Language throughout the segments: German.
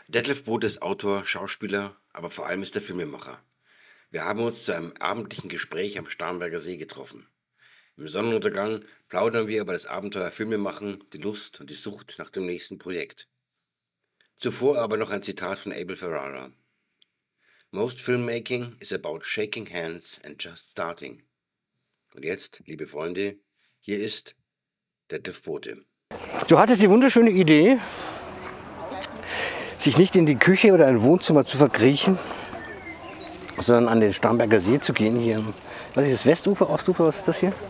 Detlef Boot ist Autor, Schauspieler, aber vor allem ist er Filmemacher. Wir haben uns zu einem abendlichen Gespräch am Starnberger See getroffen. Im Sonnenuntergang plaudern wir über das Abenteuer Filmemachen, die Lust und die Sucht nach dem nächsten Projekt. Zuvor aber noch ein Zitat von Abel Ferrara. Most filmmaking is about shaking hands and just starting. Und jetzt, liebe Freunde, hier ist Detlef Bote. Du hattest die wunderschöne Idee, sich nicht in die Küche oder ein Wohnzimmer zu verkriechen, sondern an den Starnberger See zu gehen. Hier, was ist das, Westufer, Ostufer, was ist das hier?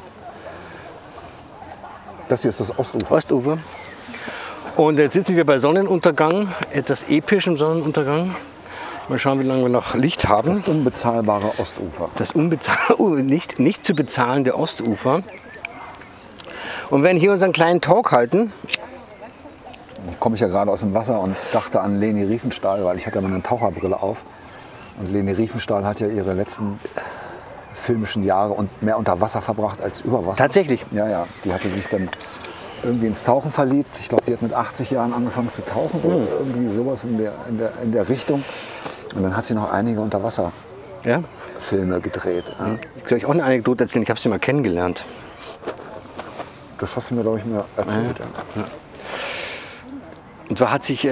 Das hier ist das Ostufer. Ostufer. Und jetzt sitzen wir bei Sonnenuntergang, etwas epischem Sonnenuntergang. Mal schauen, wie lange wir noch Licht haben. Das unbezahlbare Ostufer. Das nicht zu bezahlende Ostufer. Und werden hier unseren kleinen Talk halten. Komme ich ja gerade aus dem Wasser und dachte an Leni Riefenstahl, weil ich hatte meine Taucherbrille auf. Und Leni Riefenstahl hat ja ihre letzten filmischen Jahre und mehr unter Wasser verbracht als über Wasser. Tatsächlich? Ja, ja. Die hatte sich dann irgendwie ins Tauchen verliebt. Ich glaube, die hat mit 80 Jahren angefangen zu tauchen oder irgendwie sowas in der Richtung. Und dann hat sie noch einige Unterwasserfilme gedreht. Ja. Ich kann euch auch eine Anekdote erzählen. Ich habe sie mal kennengelernt. Das hast du mir, glaube ich, mal erzählt. Ja. Und zwar hat sie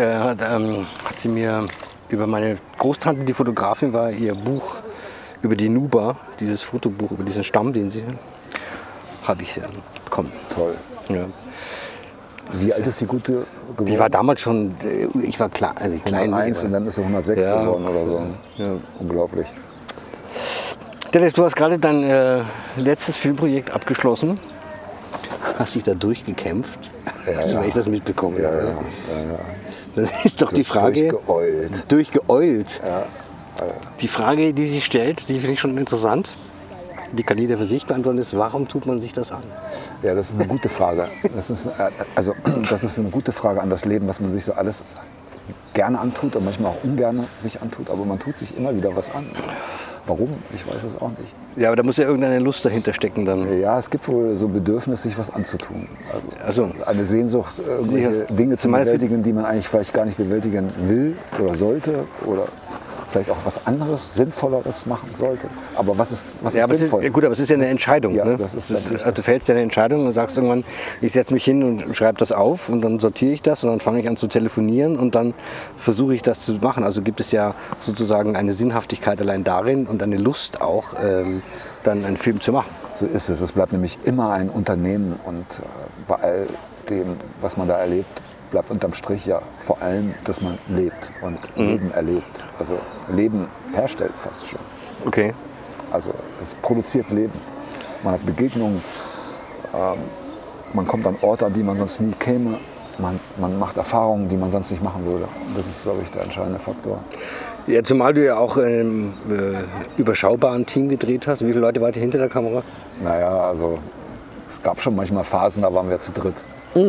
mir über meine Großtante, die Fotografin war, ihr Buch über die Nuba, dieses Fotobuch über diesen Stamm, den sie habe ich bekommen. Toll. Ja. Wie alt ist die Gute geworden? Die war damals schon, ich war klein. 101 und dann ist sie 106 geworden oder so. Ja. Unglaublich. Dennis, du hast gerade dein letztes Filmprojekt abgeschlossen. Hast dich da durchgekämpft? So habe ich das mitbekommen. Ja. Das ist doch die Frage. Durchgeeult. Ja. Die Frage, die sich stellt, die finde ich schon interessant. Die kann jeder für sich beantworten, ist, warum tut man sich das an? Ja, das ist eine gute Frage. Das ist eine gute Frage an das Leben, was man sich so alles gerne antut und manchmal auch ungern sich antut. Aber man tut sich immer wieder was an. Warum? Ich weiß es auch nicht. Ja, aber da muss ja irgendeine Lust dahinter stecken dann. Ja, es gibt wohl so Bedürfnis, sich was anzutun. Also eine Sehnsucht, irgendwelche Dinge zu bewältigen, die man eigentlich vielleicht gar nicht bewältigen will oder sollte oder vielleicht auch was anderes, Sinnvolleres machen sollte. Aber was ist sinnvoll? Gut, aber es ist ja eine Entscheidung. Ja, ne? das ist also du fällst ja eine Entscheidung und sagst irgendwann, ich setze mich hin und schreibe das auf und dann sortiere ich das und dann fange ich an zu telefonieren und dann versuche ich das zu machen. Also gibt es ja sozusagen eine Sinnhaftigkeit allein darin und eine Lust auch, dann einen Film zu machen. So ist es. Es bleibt nämlich immer ein Unternehmen und bei all dem, was man da erlebt, bleibt unterm Strich ja vor allem, dass man lebt und Leben erlebt. Also Leben herstellt fast schon. Okay. Also es produziert Leben. Man hat Begegnungen, man kommt an Orte, an die man sonst nie käme. Man macht Erfahrungen, die man sonst nicht machen würde. Das ist, glaube ich, der entscheidende Faktor. Ja, zumal du ja auch im überschaubaren Team gedreht hast. Wie viele Leute wart ihr hinter der Kamera? Naja, also es gab schon manchmal Phasen, da waren wir zu dritt.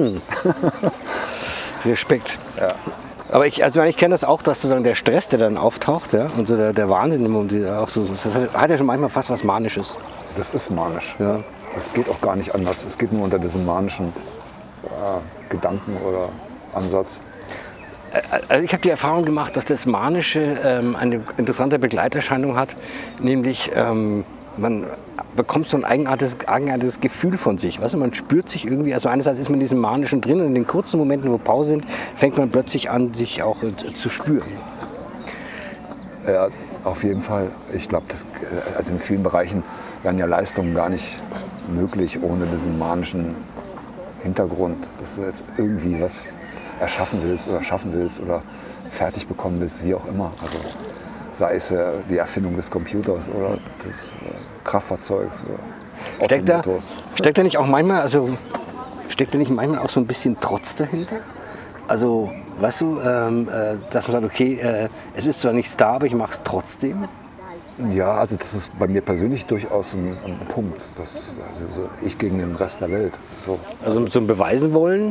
Respekt. Ja. Aber ich kenne das auch, dass sozusagen der Stress, der dann auftaucht, ja, und so der Wahnsinn, das hat ja schon manchmal fast was Manisches. Das ist manisch. Ja. Das geht auch gar nicht anders. Es geht nur unter diesem manischen Gedanken oder Ansatz. Also ich habe die Erfahrung gemacht, dass das Manische eine interessante Begleiterscheinung hat, nämlich man bekommt so ein eigenartiges Gefühl von sich. Weißt du, man spürt sich irgendwie, also einerseits ist man in diesem Manischen drin und in den kurzen Momenten, wo Pause sind, fängt man plötzlich an, sich auch zu spüren. Ja, auf jeden Fall. Ich glaube, also in vielen Bereichen werden ja Leistungen gar nicht möglich ohne diesen manischen Hintergrund, dass du jetzt irgendwie was erschaffen willst oder schaffen willst oder fertig bekommen willst, wie auch immer. Also sei es die Erfindung des Computers oder des Kraftfahrzeugs oder Automotors. Steckt da nicht auch manchmal, auch so ein bisschen Trotz dahinter? Also, weißt du, dass man sagt, okay, es ist zwar nichts da, aber ich mache es trotzdem? Ja, also das ist bei mir persönlich durchaus ein Punkt. Also ich gegen den Rest der Welt. So. Also zum Beweisen wollen?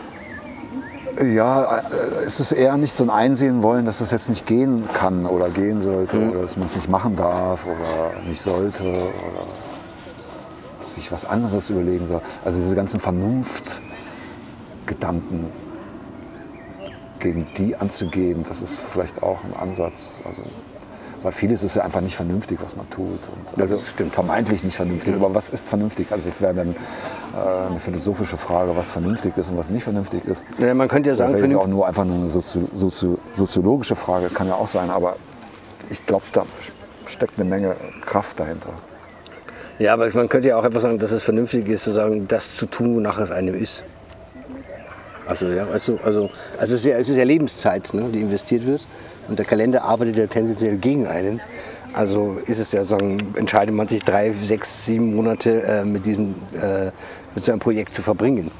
Ja, es ist eher nicht so ein Einsehen wollen, dass das jetzt nicht gehen kann oder gehen sollte oder dass man es nicht machen darf oder nicht sollte oder sich was anderes überlegen soll. Also diese ganzen Vernunftgedanken, gegen die anzugehen, das ist vielleicht auch ein Ansatz. Also, weil vieles ist ja einfach nicht vernünftig, was man tut. Und also stimmt, vermeintlich nicht vernünftig. Aber was ist vernünftig? Also das wäre dann eine philosophische Frage, was vernünftig ist und was nicht vernünftig ist. Ja, man könnte ja sagen, das ist auch nur einfach eine soziologische Frage, kann ja auch sein. Aber ich glaube, da steckt eine Menge Kraft dahinter. Ja, aber man könnte ja auch einfach sagen, dass es vernünftig ist, zu sagen, das zu tun, wonach es einem ist. Also ja, es ist ja Lebenszeit, ne, die investiert wird. Und der Kalender arbeitet ja tendenziell gegen einen. Also ist es ja, sagen, entscheidet man sich 3, 6, 7 Monate mit so einem Projekt zu verbringen.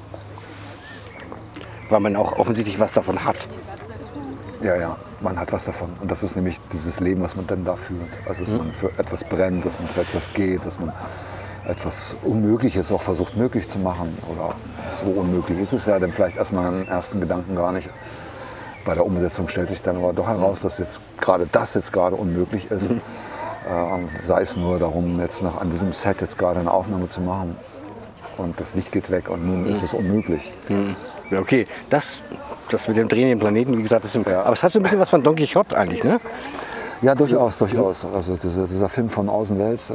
Weil man auch offensichtlich was davon hat. Ja, man hat was davon. Und das ist nämlich dieses Leben, was man dann da führt. Also dass man für etwas brennt, dass man für etwas geht, dass man etwas Unmögliches auch versucht möglich zu machen. Oder so unmöglich ist es ja dann vielleicht erstmal im ersten Gedanken gar nicht. Bei der Umsetzung stellt sich dann aber doch heraus, dass jetzt gerade unmöglich ist. Sei es nur darum, jetzt noch an diesem Set jetzt gerade eine Aufnahme zu machen. Und das Licht geht weg und nun ist es unmöglich. Ja, okay, das mit dem drehenden Planeten, wie gesagt, aber es hat so ein bisschen was von Don Quixote eigentlich, ne? Ja, durchaus. Also dieser Film von Orson Welles,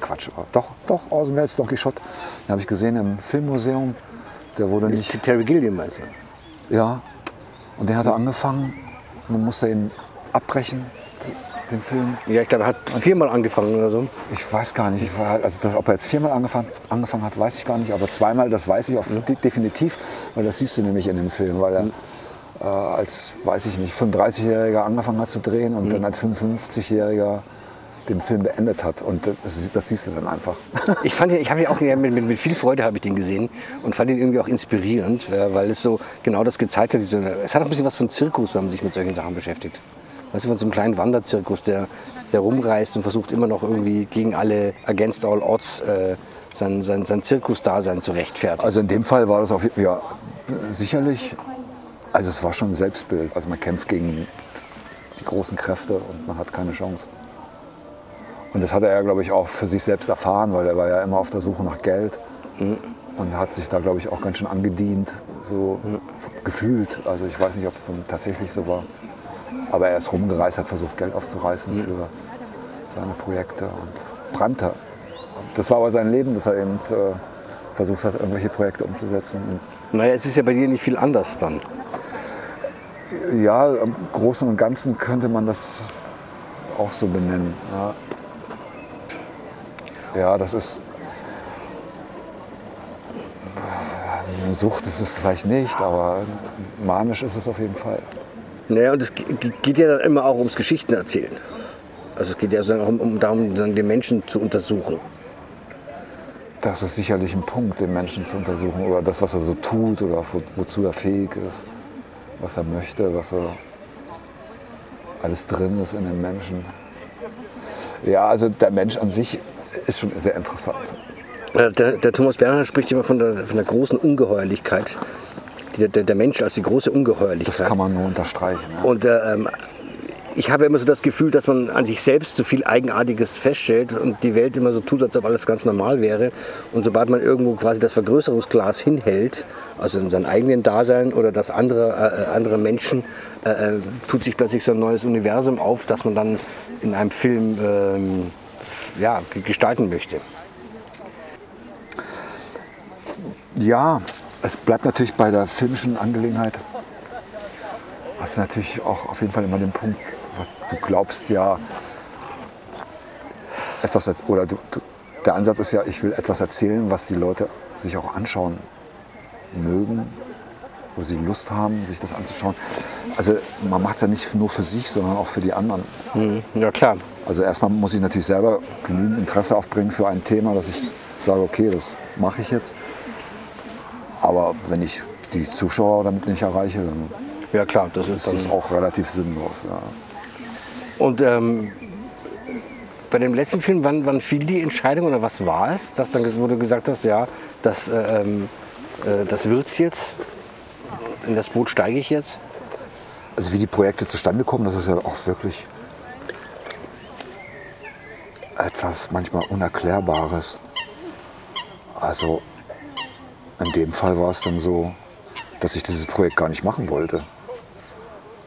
Orson Welles, Don Quixote, den habe ich gesehen im Filmmuseum. Der wurde nicht... Terry Gilliam meinst du? Ja, und den hat er angefangen und dann musste er ihn abbrechen, den Film. Ja, ich glaube, er hat 4-mal angefangen oder so. Ich weiß gar nicht, ob er jetzt 4-mal angefangen hat, weiß ich gar nicht, aber 2-mal, das weiß ich auch definitiv, weil das siehst du nämlich in dem Film, weil er als, weiß ich nicht, 35-Jähriger angefangen hat zu drehen und dann als 55-Jähriger den Film beendet hat. Und das siehst du dann einfach. Ich habe ihn auch mit viel Freude habe ich den gesehen und fand ihn irgendwie auch inspirierend, weil es so genau das gezeigt hat. Es hat auch ein bisschen was von Zirkus, wenn man sich mit solchen Sachen beschäftigt. Weißt du, von so einem kleinen Wanderzirkus, der rumreist und versucht immer noch irgendwie gegen alle, against all odds, sein Zirkusdasein zu rechtfertigen. Also in dem Fall war das sicherlich, also es war schon ein Selbstbild. Also man kämpft gegen die großen Kräfte und man hat keine Chance. Und das hat er ja, glaube ich, auch für sich selbst erfahren, weil er war ja immer auf der Suche nach Geld und hat sich da, glaube ich, auch ganz schön angedient, so gefühlt. Also ich weiß nicht, ob es dann tatsächlich so war. Aber er ist rumgereist, hat versucht, Geld aufzureißen für seine Projekte und brannte. Und das war aber sein Leben, dass er eben versucht hat, irgendwelche Projekte umzusetzen. Naja, es ist ja bei dir nicht viel anders dann. Ja, im Großen und Ganzen könnte man das auch so benennen. Ja, das ist eine Sucht, ist es vielleicht nicht, aber manisch ist es auf jeden Fall. Naja, und es geht ja dann immer auch ums Geschichten erzählen. Also es geht ja darum, dann den Menschen zu untersuchen. Das ist sicherlich ein Punkt, den Menschen zu untersuchen oder das, was er so tut oder wozu er fähig ist, was er möchte, was alles drin ist in den Menschen. Ja, also der Mensch an sich ist schon sehr interessant. Der Thomas Bernhard spricht immer von der großen Ungeheuerlichkeit. Der Mensch als die große Ungeheuerlichkeit. Das kann man nur unterstreichen. Ja. Und ich habe immer so das Gefühl, dass man an sich selbst so viel Eigenartiges feststellt und die Welt immer so tut, als ob alles ganz normal wäre. Und sobald man irgendwo quasi das Vergrößerungsglas hinhält, also in seinem eigenen Dasein oder das andere Menschen, tut sich plötzlich so ein neues Universum auf, das man dann in einem Film gestalten möchte. Ja, es bleibt natürlich bei der filmischen Angelegenheit. Hast du natürlich auch auf jeden Fall immer den Punkt, was du glaubst ja etwas, oder der Ansatz ist ja, ich will etwas erzählen, was die Leute sich auch anschauen mögen, wo sie Lust haben, sich das anzuschauen. Also man macht es ja nicht nur für sich, sondern auch für die anderen. Ja, klar. Also erstmal muss ich natürlich selber genügend Interesse aufbringen für ein Thema, dass ich sage, okay, das mache ich jetzt. Aber wenn ich die Zuschauer damit nicht erreiche, dann ja, klar, das ist dann auch relativ sinnlos. Ja. Und bei dem letzten Film, wann fiel die Entscheidung oder was war es, dass dann, wo du gesagt hast, ja, das wird's jetzt, in das Boot steige ich jetzt? Also wie die Projekte zustande kommen, das ist ja auch wirklich etwas manchmal Unerklärbares. Also in dem Fall war es dann so, dass ich dieses Projekt gar nicht machen wollte.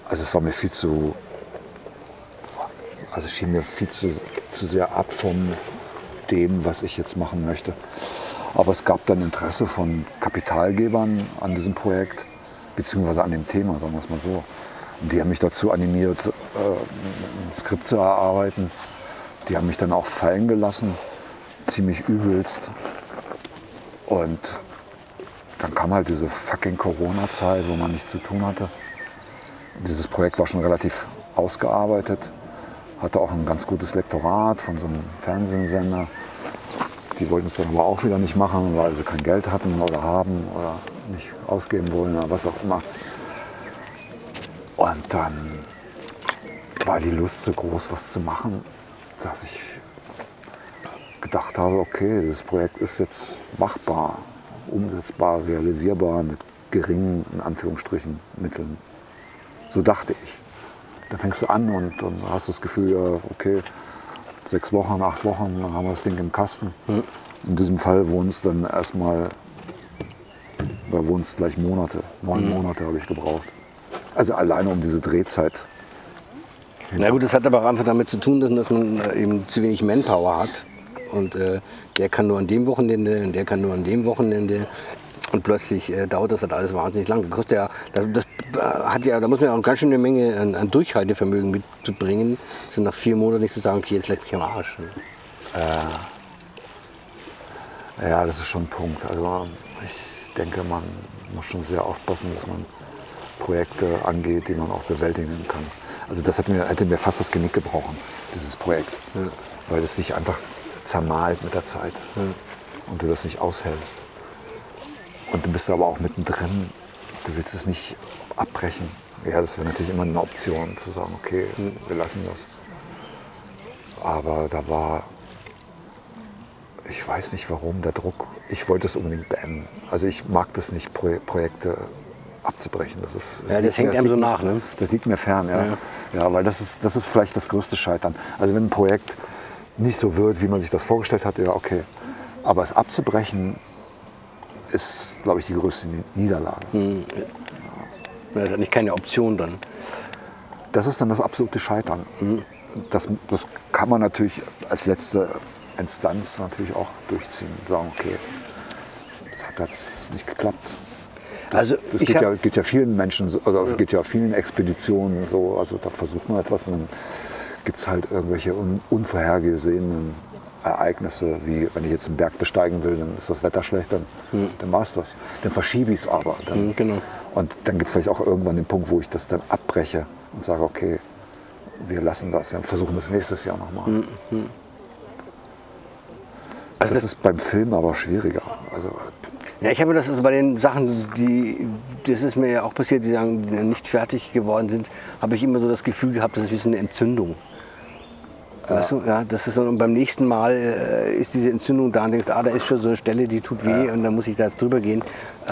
Also es war mir viel zu, also es schien mir viel zu sehr ab von dem, was ich jetzt machen möchte. Aber es gab dann Interesse von Kapitalgebern an diesem Projekt, beziehungsweise an dem Thema, sagen wir es mal so. Und die haben mich dazu animiert, ein Skript zu erarbeiten. Die haben mich dann auch fallen gelassen, ziemlich übelst. Und dann kam halt diese fucking Corona-Zeit, wo man nichts zu tun hatte. Dieses Projekt war schon relativ ausgearbeitet, hatte auch ein ganz gutes Lektorat von so einem Fernsehsender. Die wollten es dann aber auch wieder nicht machen, weil sie kein Geld hatten oder haben oder nicht ausgeben wollen oder was auch immer. Und dann war die Lust so groß, was zu machen, dass ich gedacht habe, okay, das Projekt ist jetzt machbar, umsetzbar, realisierbar mit geringen, in Anführungsstrichen, Mitteln. So dachte ich. Dann fängst du an und dann hast du das Gefühl, ja, okay, 6 Wochen, 8 Wochen, dann haben wir das Ding im Kasten. In diesem Fall wurden es dann erstmal, da wurden es gleich Monate, 9 Monate habe ich gebraucht. Also alleine um diese Drehzeit. Na gut, das hat aber auch einfach damit zu tun, dass man eben zu wenig Manpower hat. Und der kann nur an dem Wochenende und der kann nur an dem Wochenende. Und plötzlich dauert das halt alles wahnsinnig lang. Das kostet ja, da muss man ja auch ganz schön eine Menge an Durchhaltevermögen mitzubringen. So nach 4 Monaten nicht zu sagen, okay, jetzt leck mich am Arsch. Ja, das ist schon ein Punkt. Also ich denke, man muss schon sehr aufpassen, dass man Projekte angeht, die man auch bewältigen kann. Also das hätte mir fast das Genick gebrochen, dieses Projekt. Ja. Weil es dich einfach zermalt mit der Zeit. Ja. Und du das nicht aushältst. Und du bist aber auch mittendrin. Du willst es nicht abbrechen. Ja, das wäre natürlich immer eine Option, zu sagen, okay, wir lassen das. Aber da war, ich weiß nicht warum, der Druck, ich wollte es unbedingt beenden. Also ich mag das nicht, Projekte abzubrechen. Das hängt einem so nach, ne? Das liegt mir fern, ja. Ja, weil das ist vielleicht das größte Scheitern. Also wenn ein Projekt nicht so wird, wie man sich das vorgestellt hat, ja okay. Aber es abzubrechen ist, glaube ich, die größte Niederlage. Das ist eigentlich keine Option dann. Das ist dann das absolute Scheitern. Das kann man natürlich als letzte Instanz natürlich auch durchziehen. Sagen, okay, das hat jetzt nicht geklappt. Das geht ja vielen Menschen, oder geht ja vielen Expeditionen so. Also da versucht man etwas und dann gibt es halt irgendwelche unvorhergesehenen Ereignisse, wie wenn ich jetzt einen Berg besteigen will, dann ist das Wetter schlecht, dann war es das. Dann verschiebe ich es aber. Genau. Und dann gibt es vielleicht auch irgendwann den Punkt, wo ich das dann abbreche und sage, okay, wir lassen das, wir versuchen das nächstes Jahr nochmal. Also das ist beim Film aber schwieriger. Also, ja, ich habe das also bei den Sachen, das ist mir ja auch passiert, die sagen, die nicht fertig geworden sind, habe ich immer so das Gefühl gehabt, das ist wie so eine Entzündung. Weißt du, ja, das ist so, und beim nächsten Mal ist diese Entzündung da und denkst, da ist schon so eine Stelle, die tut weh und dann muss ich da jetzt drüber gehen.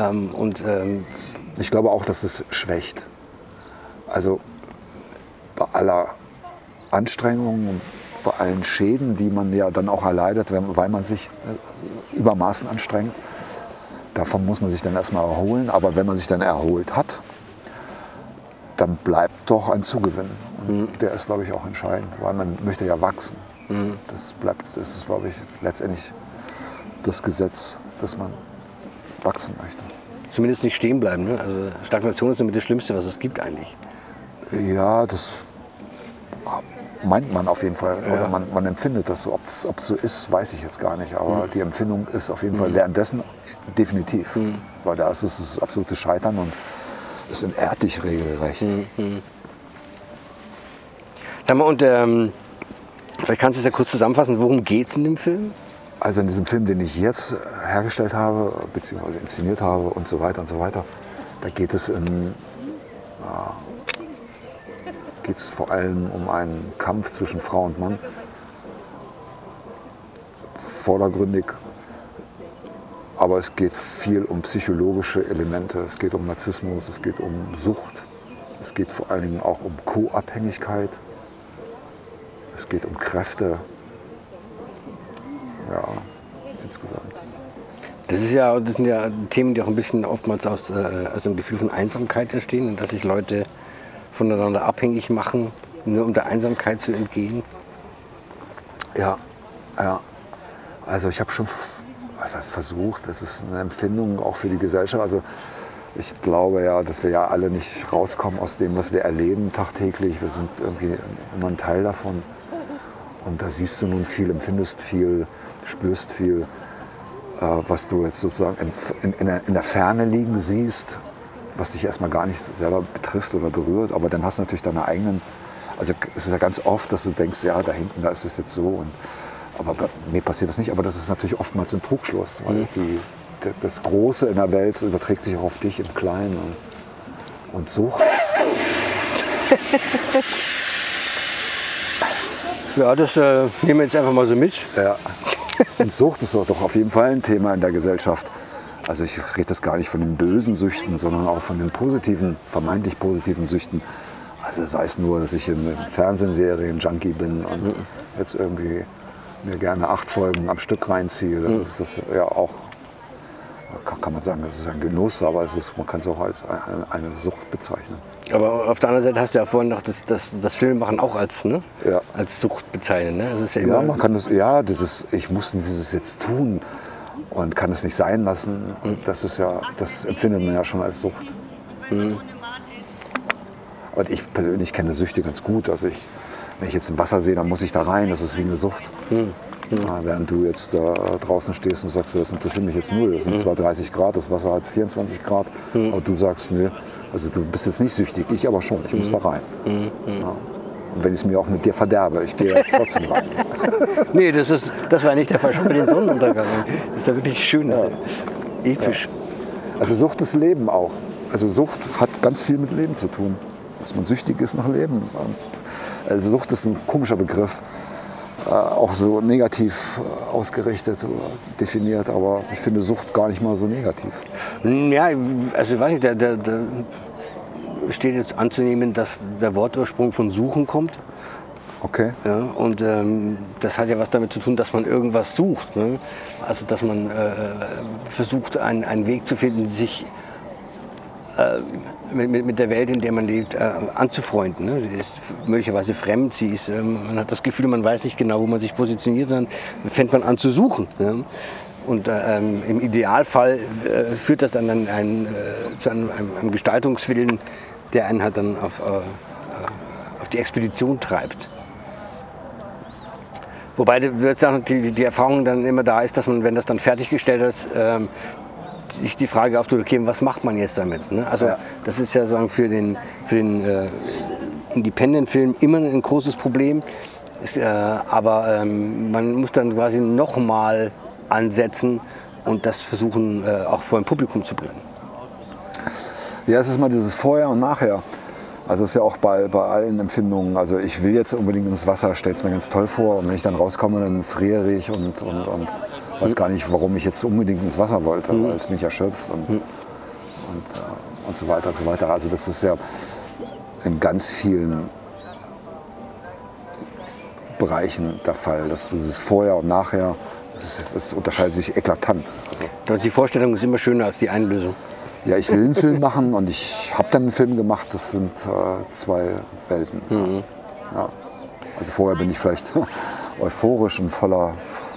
Ich glaube auch, dass es schwächt. Also bei aller Anstrengung und bei allen Schäden, die man ja dann auch erleidet, weil man sich übermaßen anstrengt, davon muss man sich dann erstmal erholen. Aber wenn man sich dann erholt hat, dann bleibt doch ein Zugewinn. Und der ist, glaube ich, auch entscheidend, weil man möchte ja wachsen. Das ist, glaube ich, letztendlich das Gesetz, dass man wachsen möchte. Zumindest nicht stehen bleiben. Ne? Also Stagnation ist damit das Schlimmste, was es gibt eigentlich. Ja, das meint man auf jeden Fall. Ja. Oder man empfindet das so. Ob es so ist, weiß ich jetzt gar nicht. Aber die Empfindung ist auf jeden Fall währenddessen definitiv. Weil da ist es das absolute Scheitern und es entehrt dich regelrecht. Sag mal, und vielleicht kannst du es ja kurz zusammenfassen, worum geht es in dem Film? Also in diesem Film, den ich jetzt hergestellt habe, beziehungsweise inszeniert habe und so weiter, da geht es vor allem um einen Kampf zwischen Frau und Mann. Vordergründig. Aber es geht viel um psychologische Elemente. Es geht um Narzissmus, es geht um Sucht. Es geht vor allen Dingen auch um Co-Abhängigkeit. Es geht um Kräfte. Ja, insgesamt. Das sind ja Themen, die auch ein bisschen oftmals aus einem Gefühl von Einsamkeit entstehen und dass sich Leute voneinander abhängig machen, nur um der Einsamkeit zu entgehen? Ja, ja. Also ich habe schon, was heißt versucht, das ist eine Empfindung auch für die Gesellschaft. Also ich glaube ja, dass wir ja alle nicht rauskommen aus dem, was wir erleben tagtäglich. Wir sind irgendwie immer ein Teil davon. Und da siehst du nun viel, empfindest viel, spürst viel, was du jetzt sozusagen in der Ferne liegen siehst, was dich erstmal gar nicht selber betrifft oder berührt. Aber dann hast du natürlich deine eigenen, also es ist ja ganz oft, dass du denkst, ja, da hinten, da ist es jetzt so. Und, aber bei mir passiert das nicht. Aber das ist natürlich oftmals ein Trugschluss. Weil das Große in der Welt überträgt sich auch auf dich im Kleinen. Und Sucht. Ja, das nehmen wir jetzt einfach mal so mit. Ja. Und Sucht ist doch auf jeden Fall ein Thema in der Gesellschaft. Also ich rede das gar nicht von den bösen Süchten, sondern auch von den positiven, vermeintlich positiven Süchten. Also sei es nur, dass ich in Fernsehserien Junkie bin und jetzt irgendwie mir gerne 8 Folgen am Stück reinziehe. Das ist ja auch, kann man sagen, das ist ein Genuss, aber man kann es auch als eine Sucht bezeichnen. Aber auf der anderen Seite hast du ja vorhin noch das Filmemachen auch als, ne? Ja. Als Sucht bezeichnet. Ne? Das ist ja, Ja, man kann das, ja, ich muss dieses jetzt tun und kann es nicht sein lassen. Und das ist ja, das empfindet man ja schon als Sucht. Und ich persönlich kenne Süchte ganz gut. Also wenn ich jetzt im Wasser sehe, dann muss ich da rein. Das ist wie eine Sucht. Ja, während du jetzt da draußen stehst und sagst, das interessiert mich jetzt null. Das sind zwar 30 Grad, das Wasser hat 24 Grad. Aber du sagst, nö, also du bist jetzt nicht süchtig, ich aber schon. Ich muss da rein. Ja. Und wenn ich es mir auch mit dir verderbe, ich gehe trotzdem rein. Nee, das war nicht der Fall, schon mit dem Sonnenuntergang. Das ist ja wirklich schön, das ist ja episch. Ja. Also Sucht ist Leben auch. Also Sucht hat ganz viel mit Leben zu tun. Dass man süchtig ist nach Leben. Also Sucht ist ein komischer Begriff. Auch so negativ ausgerichtet oder definiert, aber ich finde Sucht gar nicht mal so negativ. Ja, also ich weiß nicht, da steht jetzt anzunehmen, dass der Wortursprung von Suchen kommt. Okay. Ja, und das hat ja was damit zu tun, dass man irgendwas sucht. Ne? Also dass man versucht, einen Weg zu finden, sich mit der Welt, in der man lebt, anzufreunden. Ne? Sie ist möglicherweise fremd, man hat das Gefühl, man weiß nicht genau, wo man sich positioniert, dann fängt man an zu suchen. Ne? Und im Idealfall führt das dann zu einem Gestaltungswillen, der einen halt dann auf die Expedition treibt. Wobei die Erfahrung dann immer da ist, dass man, wenn das dann fertiggestellt ist, sich die Frage auftut, okay, was macht man jetzt damit? Ne? Also das ist ja sagen, für den Independent-Film immer ein großes Problem. Aber man muss dann quasi nochmal ansetzen und das versuchen auch vor ein Publikum zu bringen. Ja, es ist mal dieses Vorher und Nachher. Also es ist ja auch bei allen Empfindungen. Also ich will jetzt unbedingt ins Wasser, stelle es mir ganz toll vor. Und wenn ich dann rauskomme, dann friere ich und weiß gar nicht, warum ich jetzt unbedingt ins Wasser wollte, weil es mich erschöpft und so weiter und so weiter. Also das ist ja in ganz vielen Bereichen der Fall. Dass dieses Vorher und Nachher, das unterscheidet sich eklatant. Also, die Vorstellung ist immer schöner als die Einlösung. Ja, ich will einen Film machen und ich habe dann einen Film gemacht. Das sind 2 Welten. Ja. Also vorher bin ich vielleicht euphorisch und voller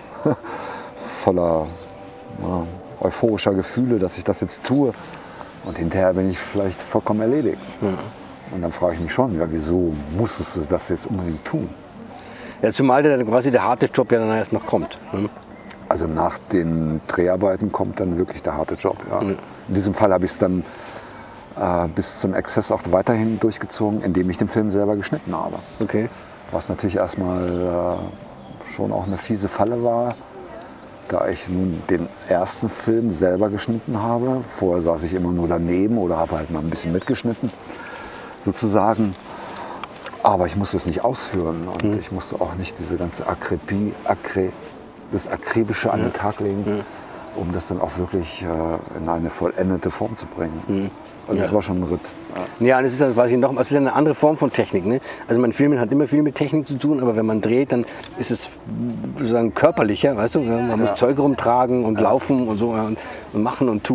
euphorischer Gefühle, dass ich das jetzt tue. Und hinterher bin ich vielleicht vollkommen erledigt. Und dann frage ich mich schon, ja, wieso musstest du das jetzt unbedingt tun? Ja, zumal quasi der harte Job ja dann erst noch kommt. Ne? Also nach den Dreharbeiten kommt dann wirklich der harte Job. Ja. In diesem Fall habe ich es dann bis zum Exzess auch weiterhin durchgezogen, indem ich den Film selber geschnitten habe. Okay. Was natürlich erstmal schon auch eine fiese Falle war, da ich nun den ersten Film selber geschnitten habe. Vorher saß ich immer nur daneben oder habe halt mal ein bisschen mitgeschnitten, sozusagen. Aber ich musste es nicht ausführen und ich musste auch nicht diese ganze das Akribische an den Tag legen, um das dann auch wirklich in eine vollendete Form zu bringen. Also das war schon ein Ritt. Ja, und es ist quasi es ist eine andere Form von Technik. Ne? Also mein Filmen hat immer viel mit Technik zu tun, aber wenn man dreht, dann ist es sozusagen körperlicher, weißt du? Man muss Zeug rumtragen und laufen und so und machen und tun.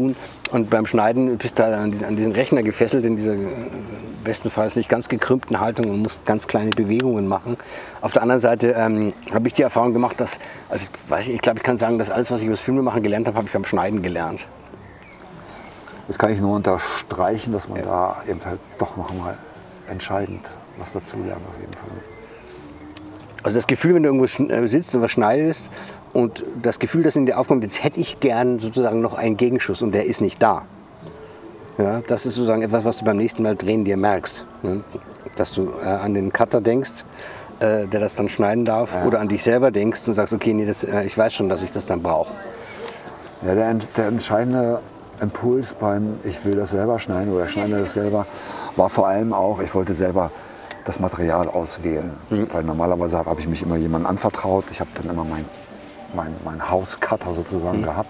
Und beim Schneiden bist du da an diesen Rechner gefesselt, in dieser bestenfalls nicht ganz gekrümmten Haltung und musst ganz kleine Bewegungen machen. Auf der anderen Seite habe ich die Erfahrung gemacht, dass, also ich glaube, ich kann sagen, dass alles, was ich über das Filmemachen gelernt habe, habe ich beim Schneiden gelernt. Das kann ich nur unterstreichen, dass man da eben halt doch noch mal entscheidend was dazu lernt auf jeden Fall. Also das Gefühl, wenn du irgendwo sitzt und was schneidest und das Gefühl, das in dir aufkommt, jetzt hätte ich gern sozusagen noch einen Gegenschuss und der ist nicht da. Ja, das ist sozusagen etwas, was du beim nächsten Mal drehen dir merkst. Ne? Dass du an den Cutter denkst, der das dann schneiden darf, oder an dich selber denkst und sagst, okay, nee, ich weiß schon, dass ich das dann brauche. Ja, der entscheidende Impuls beim ich will das selber schneiden oder schneide das selber, war vor allem auch, ich wollte selber das Material auswählen. Weil normalerweise habe ich mich immer jemandem anvertraut. Ich habe dann immer mein Hauscutter sozusagen gehabt.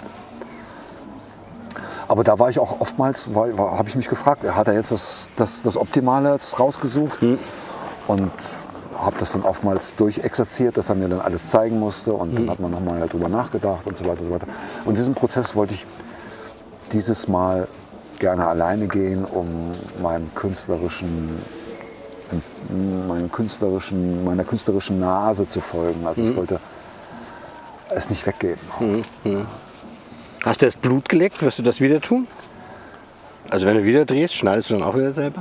Aber da war ich auch oftmals, habe ich mich gefragt, hat er jetzt das Optimale jetzt rausgesucht? Und habe das dann oftmals durchexerziert, dass er mir dann alles zeigen musste. Und dann hat man nochmal darüber nachgedacht und so weiter und so weiter. Und diesen Prozess wollte ich dieses Mal gerne alleine gehen, um meiner künstlerischen Nase zu folgen. Also ich wollte es nicht weggeben. Hast du das Blut geleckt? Wirst du das wieder tun? Also wenn du wieder drehst, schneidest du dann auch wieder selber?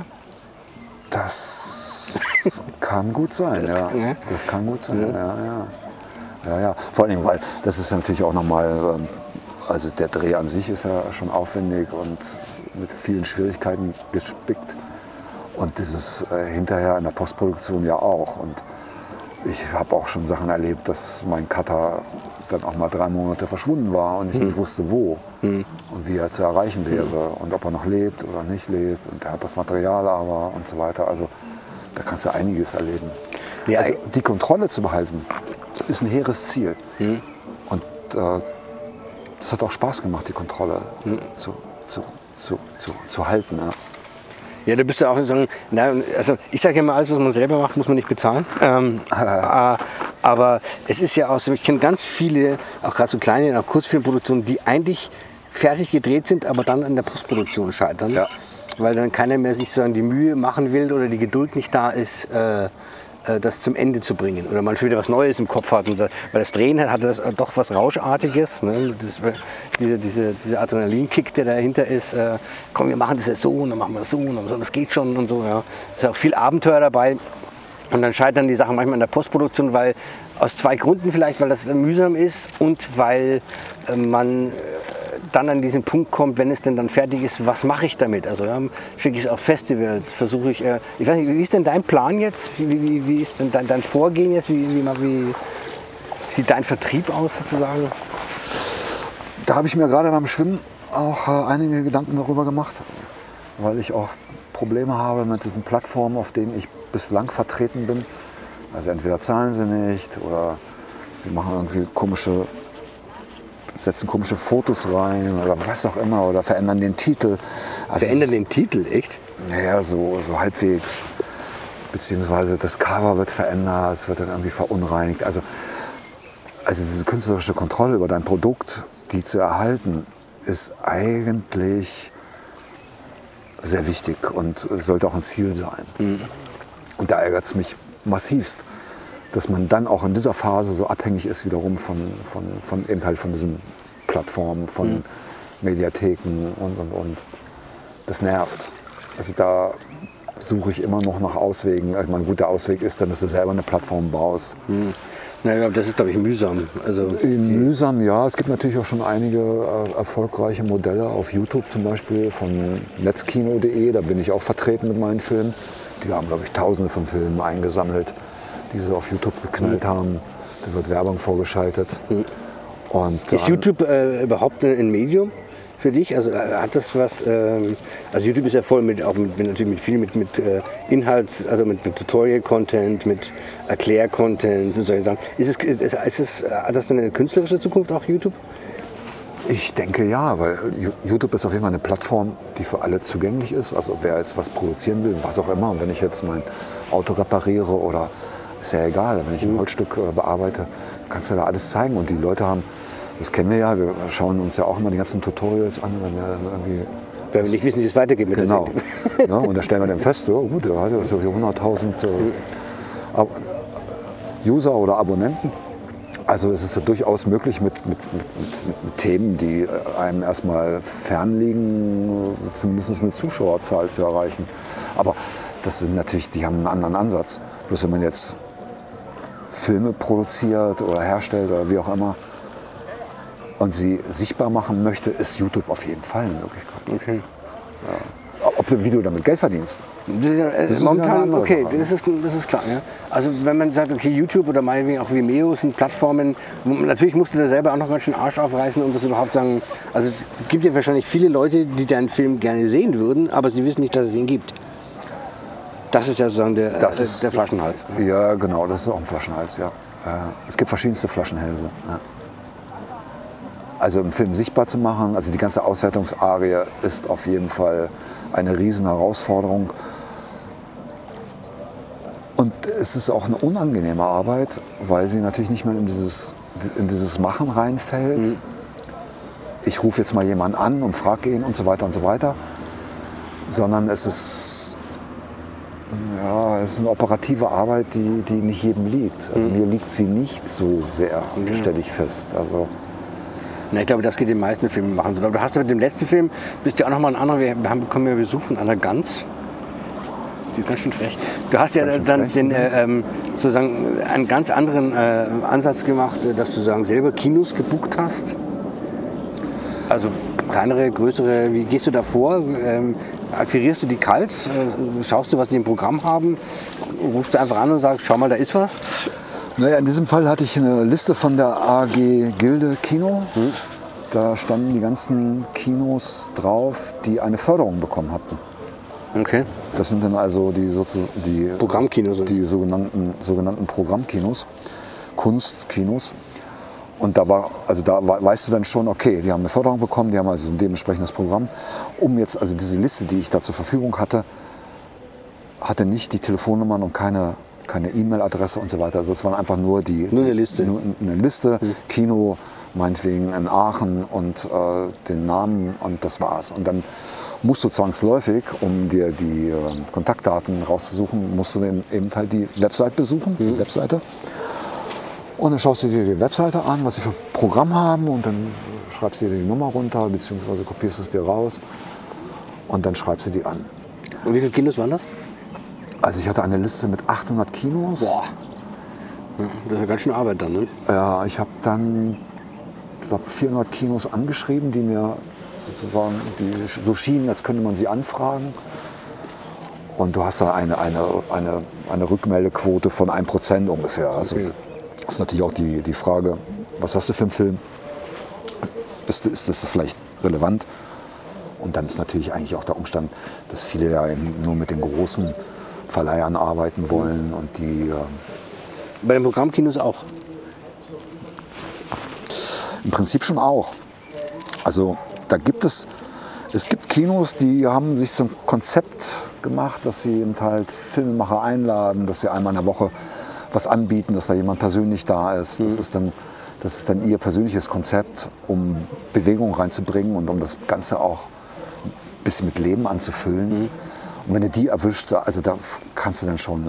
Das kann gut sein, ja. Das kann gut sein, ja. Vor allem, weil das ist natürlich auch nochmal, also der Dreh an sich ist ja schon aufwendig und mit vielen Schwierigkeiten gespickt. Und dieses hinterher in der Postproduktion ja auch. Und ich habe auch schon Sachen erlebt, dass mein Cutter dann auch mal 3 Monate verschwunden war und ich nicht wusste, wo und wie er zu erreichen wäre und ob er noch lebt oder nicht lebt. Und er hat das Material aber und so weiter. Also da kannst du einiges erleben. Ja, also die Kontrolle zu behalten, ist ein hehres Ziel. Und es hat auch Spaß gemacht, die Kontrolle zu halten. Ja. Ja, da bist du auch sagen, also ich sage ja immer, alles, was man selber macht, muss man nicht bezahlen. Aber es ist ja auch so, ich kenne ganz viele, auch gerade so kleine, auch Kurzfilmproduktionen, die eigentlich fertig gedreht sind, aber dann an der Postproduktion scheitern. Ja. Weil dann keiner mehr sich so die Mühe machen will oder die Geduld nicht da ist, das zum Ende zu bringen. Oder man schon wieder was Neues im Kopf hat. Weil das Drehen hat das doch was Rauschartiges. Ne? Dieser Adrenalinkick, der dahinter ist. Komm, wir machen das jetzt so und dann machen wir das so und das geht schon und so. Ja. Es ist auch viel Abenteuer dabei. Und dann scheitern die Sachen manchmal in der Postproduktion, weil aus 2 Gründen vielleicht, weil das mühsam ist und weil man dann an diesen Punkt kommt, wenn es denn dann fertig ist, was mache ich damit? Also schicke ich es auf Festivals, versuche ich weiß nicht, wie ist denn dein Plan jetzt? Wie ist denn dein Vorgehen jetzt? Wie sieht dein Vertrieb aus sozusagen? Da habe ich mir gerade beim Schwimmen auch einige Gedanken darüber gemacht, weil ich auch Probleme habe mit diesen Plattformen, auf denen ich bislang vertreten bin. Also entweder zahlen sie nicht oder sie machen irgendwie setzen komische Fotos rein oder was auch immer oder verändern den Titel. Also verändern den Titel, echt? Naja, so halbwegs. Beziehungsweise das Cover wird verändert, es wird dann irgendwie verunreinigt. Also diese künstlerische Kontrolle über dein Produkt, die zu erhalten, ist eigentlich sehr wichtig und sollte auch ein Ziel sein. Und da ärgert es mich massivst, dass man dann auch in dieser Phase so abhängig ist wiederum von eben halt von diesen Plattformen, von Mediatheken und. Das nervt. Also da suche ich immer noch nach Auswegen. Ich meine, gut, der Ausweg ist dann, dass du selber eine Plattform baust. Ja, das ist, glaube ich, mühsam. Also mühsam, ja. Es gibt natürlich auch schon einige erfolgreiche Modelle auf YouTube, zum Beispiel von netzkino.de. Da bin ich auch vertreten mit meinen Filmen. Die haben, glaube ich, Tausende von Filmen eingesammelt, die sie auf YouTube geknallt haben. Da wird Werbung vorgeschaltet. Und ist YouTube überhaupt ein Medium für dich? Also hat das was? Also YouTube ist ja voll natürlich mit viel mit Inhalts, also mit Tutorial-Content, mit Erklär-Content, mit solchen Sachen. Hat das eine künstlerische Zukunft auch YouTube? Ich denke ja, weil YouTube ist auf jeden Fall eine Plattform, die für alle zugänglich ist. Also wer jetzt was produzieren will, was auch immer. Und wenn ich jetzt mein Auto repariere oder ist ja egal, wenn ich ein Holzstück bearbeite, kannst du da alles zeigen. Und die Leute haben Das kennen wir ja, wir schauen uns ja auch immer die ganzen Tutorials an, wenn wir irgendwie... Weil wir nicht wissen, wie es weitergeht mit Genau. der Serie. Ja, und da stellen wir dann fest, oh, gut, der hat ja so hier 100.000 User oder Abonnenten. Also es ist ja durchaus möglich mit Themen, die einem erstmal fernliegen, zumindest eine Zuschauerzahl zu erreichen. Aber das sind natürlich, die haben einen anderen Ansatz. Bloß wenn man jetzt Filme produziert oder herstellt oder wie auch immer und sie sichtbar machen möchte, ist YouTube auf jeden Fall eine Möglichkeit. Okay. Wie du damit Geld verdienst. Das ist momentan, okay, das ist klar. Ja. Also wenn man sagt, okay, YouTube oder meinetwegen auch Vimeo sind Plattformen, natürlich musst du da selber auch noch ganz schön Arsch aufreißen, um das überhaupt sagen. Also es gibt ja wahrscheinlich viele Leute, die deinen Film gerne sehen würden, aber sie wissen nicht, dass es ihn gibt. Das ist ja sozusagen der Flaschenhals. Ja, genau, das ist auch ein Flaschenhals, ja. Es gibt verschiedenste Flaschenhälse. Ja. Also im Film sichtbar zu machen, also die ganze Auswertungsarie ist auf jeden Fall eine riesen Herausforderung. Und es ist auch eine unangenehme Arbeit, weil sie natürlich nicht mehr in dieses Machen reinfällt. Mhm. Ich rufe jetzt mal jemanden an und frage ihn und so weiter und so weiter. Sondern es ist eine operative Arbeit, die nicht jedem liegt. Also mir liegt sie nicht so sehr, stelle ich fest. Also na, ich glaube, das geht den meisten Filmen machen. Du hast ja mit dem letzten Film, bist ja auch nochmal ein anderer, wir bekommen ja Besuch von Anna Ganz. Die ist ganz schön frech. Du hast ja dann sozusagen einen ganz anderen Ansatz gemacht, dass du sagen, selber Kinos gebucht hast. Also kleinere, größere, wie gehst du da vor? Akquirierst du die kalt? Schaust du, was die im Programm haben? Rufst du einfach an und sagst, schau mal, da ist was? Naja, in diesem Fall hatte ich eine Liste von der AG Gilde Kino. Da standen die ganzen Kinos drauf, die eine Förderung bekommen hatten. Okay. Das sind dann also die Programmkinos, die sogenannten Programmkinos, Kunstkinos. Und da weißt du dann schon, okay, die haben eine Förderung bekommen, die haben also ein dementsprechendes Programm. Also diese Liste, die ich da zur Verfügung hatte nicht die Telefonnummern und keine E-Mail-Adresse und so weiter. Also es waren einfach nur eine Liste. Eine Liste, Kino, meinetwegen in Aachen und den Namen und das war's. Und dann musst du zwangsläufig, um dir die Kontaktdaten rauszusuchen, musst du dann eben halt die Website besuchen, die Webseite. Und dann schaust du dir die Webseite an, was sie für ein Programm haben und dann schreibst du dir die Nummer runter, beziehungsweise kopierst es dir raus und dann schreibst du die an. Und wie viele Kinos waren das? Also ich hatte eine Liste mit 800 Kinos. Boah, das ist ja ganz schön Arbeit dann, ne? Ja, ich habe dann, ich glaube, 400 Kinos angeschrieben, die mir sozusagen so schienen, als könnte man sie anfragen. Und du hast da eine Rückmeldequote von 1% ungefähr. Also das ist natürlich auch die Frage, was hast du für einen Film? Ist das vielleicht relevant? Und dann ist natürlich eigentlich auch der Umstand, dass viele ja eben nur mit den großen Verleihern arbeiten wollen und die... Bei den Programmkinos auch? Im Prinzip schon auch. Also da gibt es Kinos, die haben sich zum Konzept gemacht, dass sie eben halt Filmemacher einladen, dass sie einmal in der Woche was anbieten, dass da jemand persönlich da ist. Das ist dann ihr persönliches Konzept, um Bewegung reinzubringen und um das Ganze auch ein bisschen mit Leben anzufüllen. Und wenn du die erwischt, also da kannst du dann schon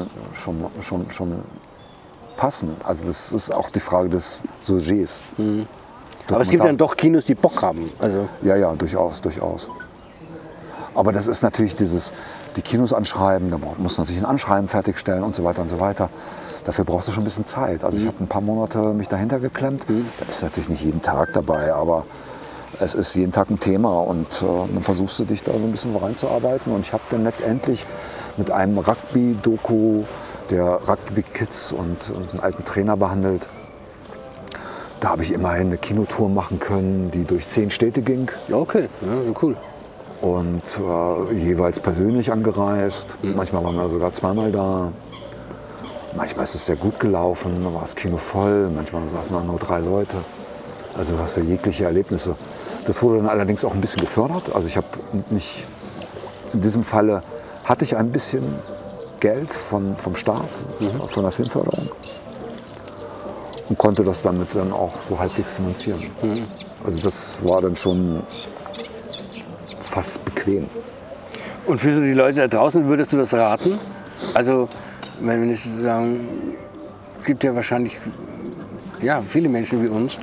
passen. Also das ist auch die Frage des Sujets. Aber es gibt dann doch Kinos, die Bock haben. Also. Ja, durchaus. Aber das ist natürlich die Kinos anschreiben, da musst du natürlich ein Anschreiben fertigstellen und so weiter und so weiter. Dafür brauchst du schon ein bisschen Zeit. Also ich habe ein paar Monate mich dahinter geklemmt. Da bist du natürlich nicht jeden Tag dabei, aber es ist jeden Tag ein Thema und dann versuchst du dich da so ein bisschen reinzuarbeiten. Und ich habe dann letztendlich mit einem Rugby-Doku, der Rugby-Kids und einen alten Trainer behandelt, da habe ich immerhin eine Kinotour machen können, die durch 10 Städte ging. Okay, ja, so cool. Und jeweils persönlich angereist. Manchmal waren wir sogar zweimal da. Manchmal ist es sehr gut gelaufen, da war das Kino voll. Manchmal saßen da nur 3 Leute. Also du hast ja jegliche Erlebnisse. Das wurde dann allerdings auch ein bisschen gefördert. Also ich habe mich, in diesem Falle hatte ich ein bisschen Geld vom Staat, von der Filmförderung. und konnte das damit dann auch so halbwegs finanzieren. Also das war dann schon fast bequem. Und für so die Leute da draußen würdest du das raten? Also, wenn ich sagen, es gibt ja wahrscheinlich viele Menschen wie uns,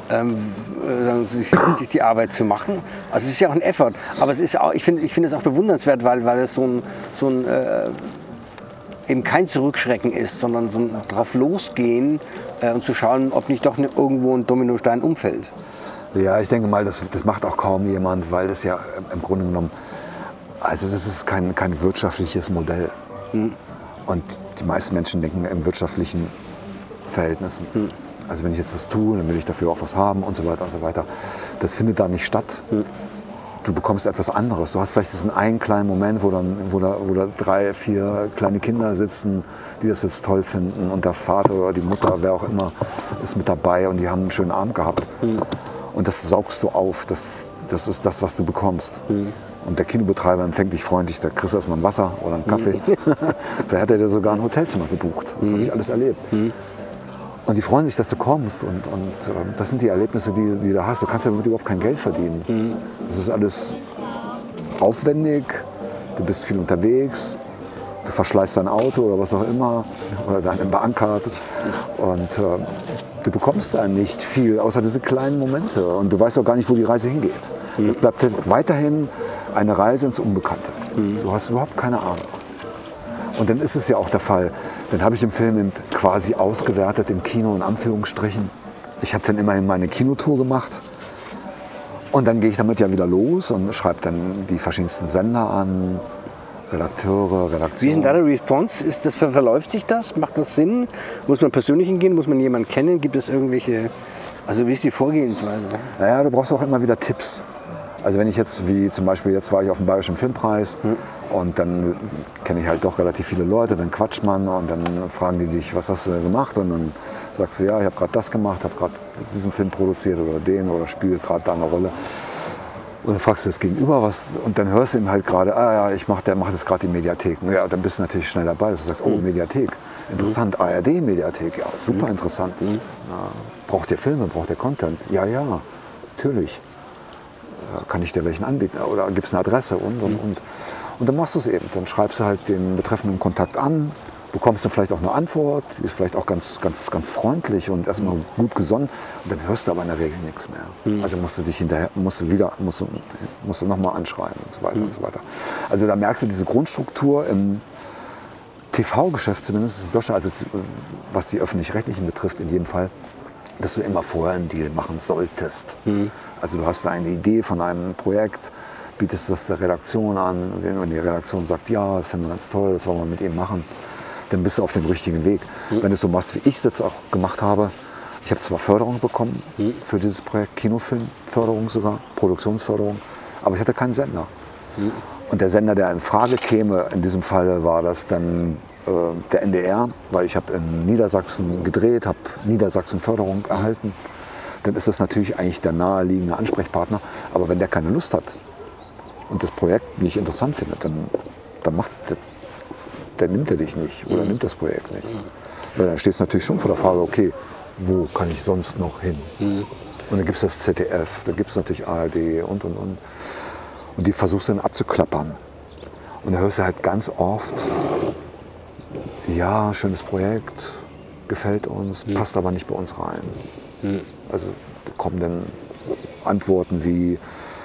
sich die Arbeit zu machen. Also es ist ja auch ein Effort, aber es ist auch, ich finde es auch bewundernswert, weil es so ein eben kein Zurückschrecken ist, sondern so ein drauf losgehen und zu schauen, ob nicht doch irgendwo ein Dominostein umfällt. Ja, ich denke mal, das macht auch kaum jemand, weil das ja im Grunde genommen, also das ist kein wirtschaftliches Modell. Und die meisten Menschen denken in wirtschaftlichen Verhältnissen. Also wenn ich jetzt was tue, dann will ich dafür auch was haben und so weiter und so weiter. Das findet da nicht statt. Du bekommst etwas anderes. Du hast vielleicht diesen einen kleinen Moment, wo da 3, 4 kleine Kinder sitzen, die das jetzt toll finden und der Vater oder die Mutter, wer auch immer, ist mit dabei und die haben einen schönen Abend gehabt. Und das saugst du auf. Das ist das, was du bekommst. Und der Kinobetreiber empfängt dich freundlich, da kriegst du erstmal ein Wasser oder einen Kaffee. Vielleicht hat er dir sogar ein Hotelzimmer gebucht. Das habe ich alles erlebt. Und die freuen sich, dass du kommst. Und das sind die Erlebnisse, die du hast. Du kannst damit überhaupt kein Geld verdienen. Das ist alles aufwendig. Du bist viel unterwegs. Du verschleißt dein Auto oder was auch immer. Oder deine Bahncard. Und du bekommst da nicht viel, außer diese kleinen Momente. Und du weißt auch gar nicht, wo die Reise hingeht. Das bleibt weiterhin eine Reise ins Unbekannte. Du hast überhaupt keine Ahnung. Und dann ist es ja auch der Fall, dann habe ich den Film eben quasi ausgewertet im Kino in Anführungsstrichen. Ich habe dann immerhin meine Kinotour gemacht und dann gehe ich damit ja wieder los und schreibe dann die verschiedensten Sender an, Redakteure, Redaktionen. Wie ist denn da der Response? Verläuft sich das? Macht das Sinn? Muss man persönlich hingehen? Muss man jemanden kennen? Gibt es irgendwelche, also wie ist die Vorgehensweise? Naja, du brauchst auch immer wieder Tipps. Also wenn ich jetzt, wie zum Beispiel, jetzt war ich auf dem Bayerischen Filmpreis und dann kenne ich halt doch relativ viele Leute, dann quatscht man und dann fragen die dich, was hast du gemacht? Und dann sagst du, ja, ich habe gerade das gemacht, habe gerade diesen Film produziert oder den oder spiele gerade da eine Rolle. Und dann fragst du das Gegenüber was und dann hörst du ihm halt gerade, der macht jetzt gerade die Mediathek. Ja, dann bist du natürlich schnell dabei, dass du sagst, oh, Mediathek, interessant, ARD-Mediathek, ja, super interessant. Ja, braucht ihr Filme, braucht ihr Content? Ja, natürlich. Kann ich dir welchen anbieten oder gibt es eine Adresse und. Und dann machst du es eben. Dann schreibst du halt den betreffenden Kontakt an, bekommst dann vielleicht auch eine Antwort, die ist vielleicht auch ganz freundlich und erstmal gut gesonnen. Und dann hörst du aber in der Regel nichts mehr. Also musst du nochmal anschreiben und so weiter und so weiter. Also da merkst du diese Grundstruktur im TV-Geschäft zumindest in Deutschland, also was die Öffentlich-Rechtlichen betrifft in jedem Fall, dass du immer vorher einen Deal machen solltest. Also du hast eine Idee von einem Projekt, bietest das der Redaktion an. Wenn die Redaktion sagt, ja, das finden wir ganz toll, das wollen wir mit ihm machen, dann bist du auf dem richtigen Weg. Wenn du es so machst, wie ich es jetzt auch gemacht habe, ich habe zwar Förderung bekommen für dieses Projekt, Kinofilmförderung sogar, Produktionsförderung, aber ich hatte keinen Sender. Und der Sender, der in Frage käme, in diesem Fall war das dann der NDR, weil ich habe in Niedersachsen gedreht, habe Niedersachsen Förderung erhalten. Dann ist das natürlich eigentlich der naheliegende Ansprechpartner. Aber wenn der keine Lust hat und das Projekt nicht interessant findet, dann nimmt er dich nicht oder nimmt das Projekt nicht. Ja, dann stehst du natürlich schon vor der Frage, okay, wo kann ich sonst noch hin? Und dann gibt es das ZDF, da gibt es natürlich ARD und. Und die versuchst du dann abzuklappern. Und da hörst du halt ganz oft, ja, schönes Projekt, gefällt uns, passt aber nicht bei uns rein. Also kommen dann Antworten wie,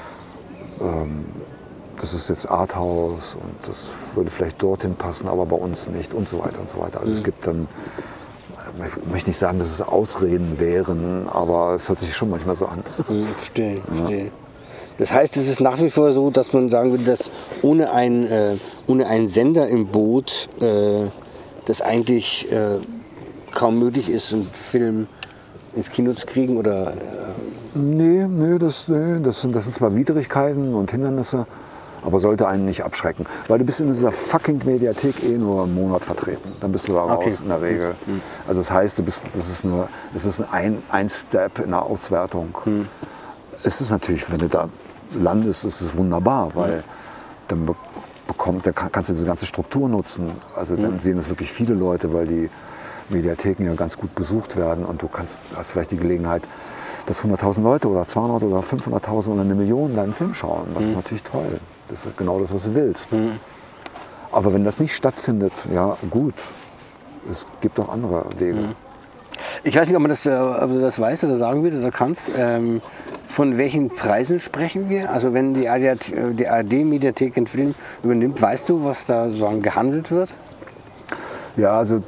das ist jetzt Arthouse und das würde vielleicht dorthin passen, aber bei uns nicht und so weiter und so weiter. Also es gibt dann, ich möchte nicht sagen, dass es Ausreden wären, aber es hört sich schon manchmal so an. Verstehe. Das heißt, es ist nach wie vor so, dass man sagen würde, dass ohne einen Sender im Boot das eigentlich kaum möglich ist, einen Film ins Kino zu kriegen? Oder, Nee, das sind zwar Widrigkeiten und Hindernisse, aber sollte einen nicht abschrecken. Weil du bist in dieser fucking Mediathek nur einen Monat vertreten. Dann bist du da raus in der Regel. Also das heißt, es ist ein Step in der Auswertung. Es ist natürlich, wenn du da landest, ist es wunderbar, weil dann kannst du diese ganze Struktur nutzen. Also dann sehen das wirklich viele Leute, weil die Mediatheken ja ganz gut besucht werden und du hast vielleicht die Gelegenheit, dass 100.000 Leute oder 200 oder 500.000 oder 1 Million deinen Film schauen. Das ist natürlich toll. Das ist genau das, was du willst. Aber wenn das nicht stattfindet, ja gut, es gibt auch andere Wege. Ich weiß nicht, ob man das, ob du das weißt oder sagen willst oder kannst. Von welchen Preisen sprechen wir? Also wenn die ARD-Mediathek den Film übernimmt, weißt du, was da sozusagen gehandelt wird? Ja, also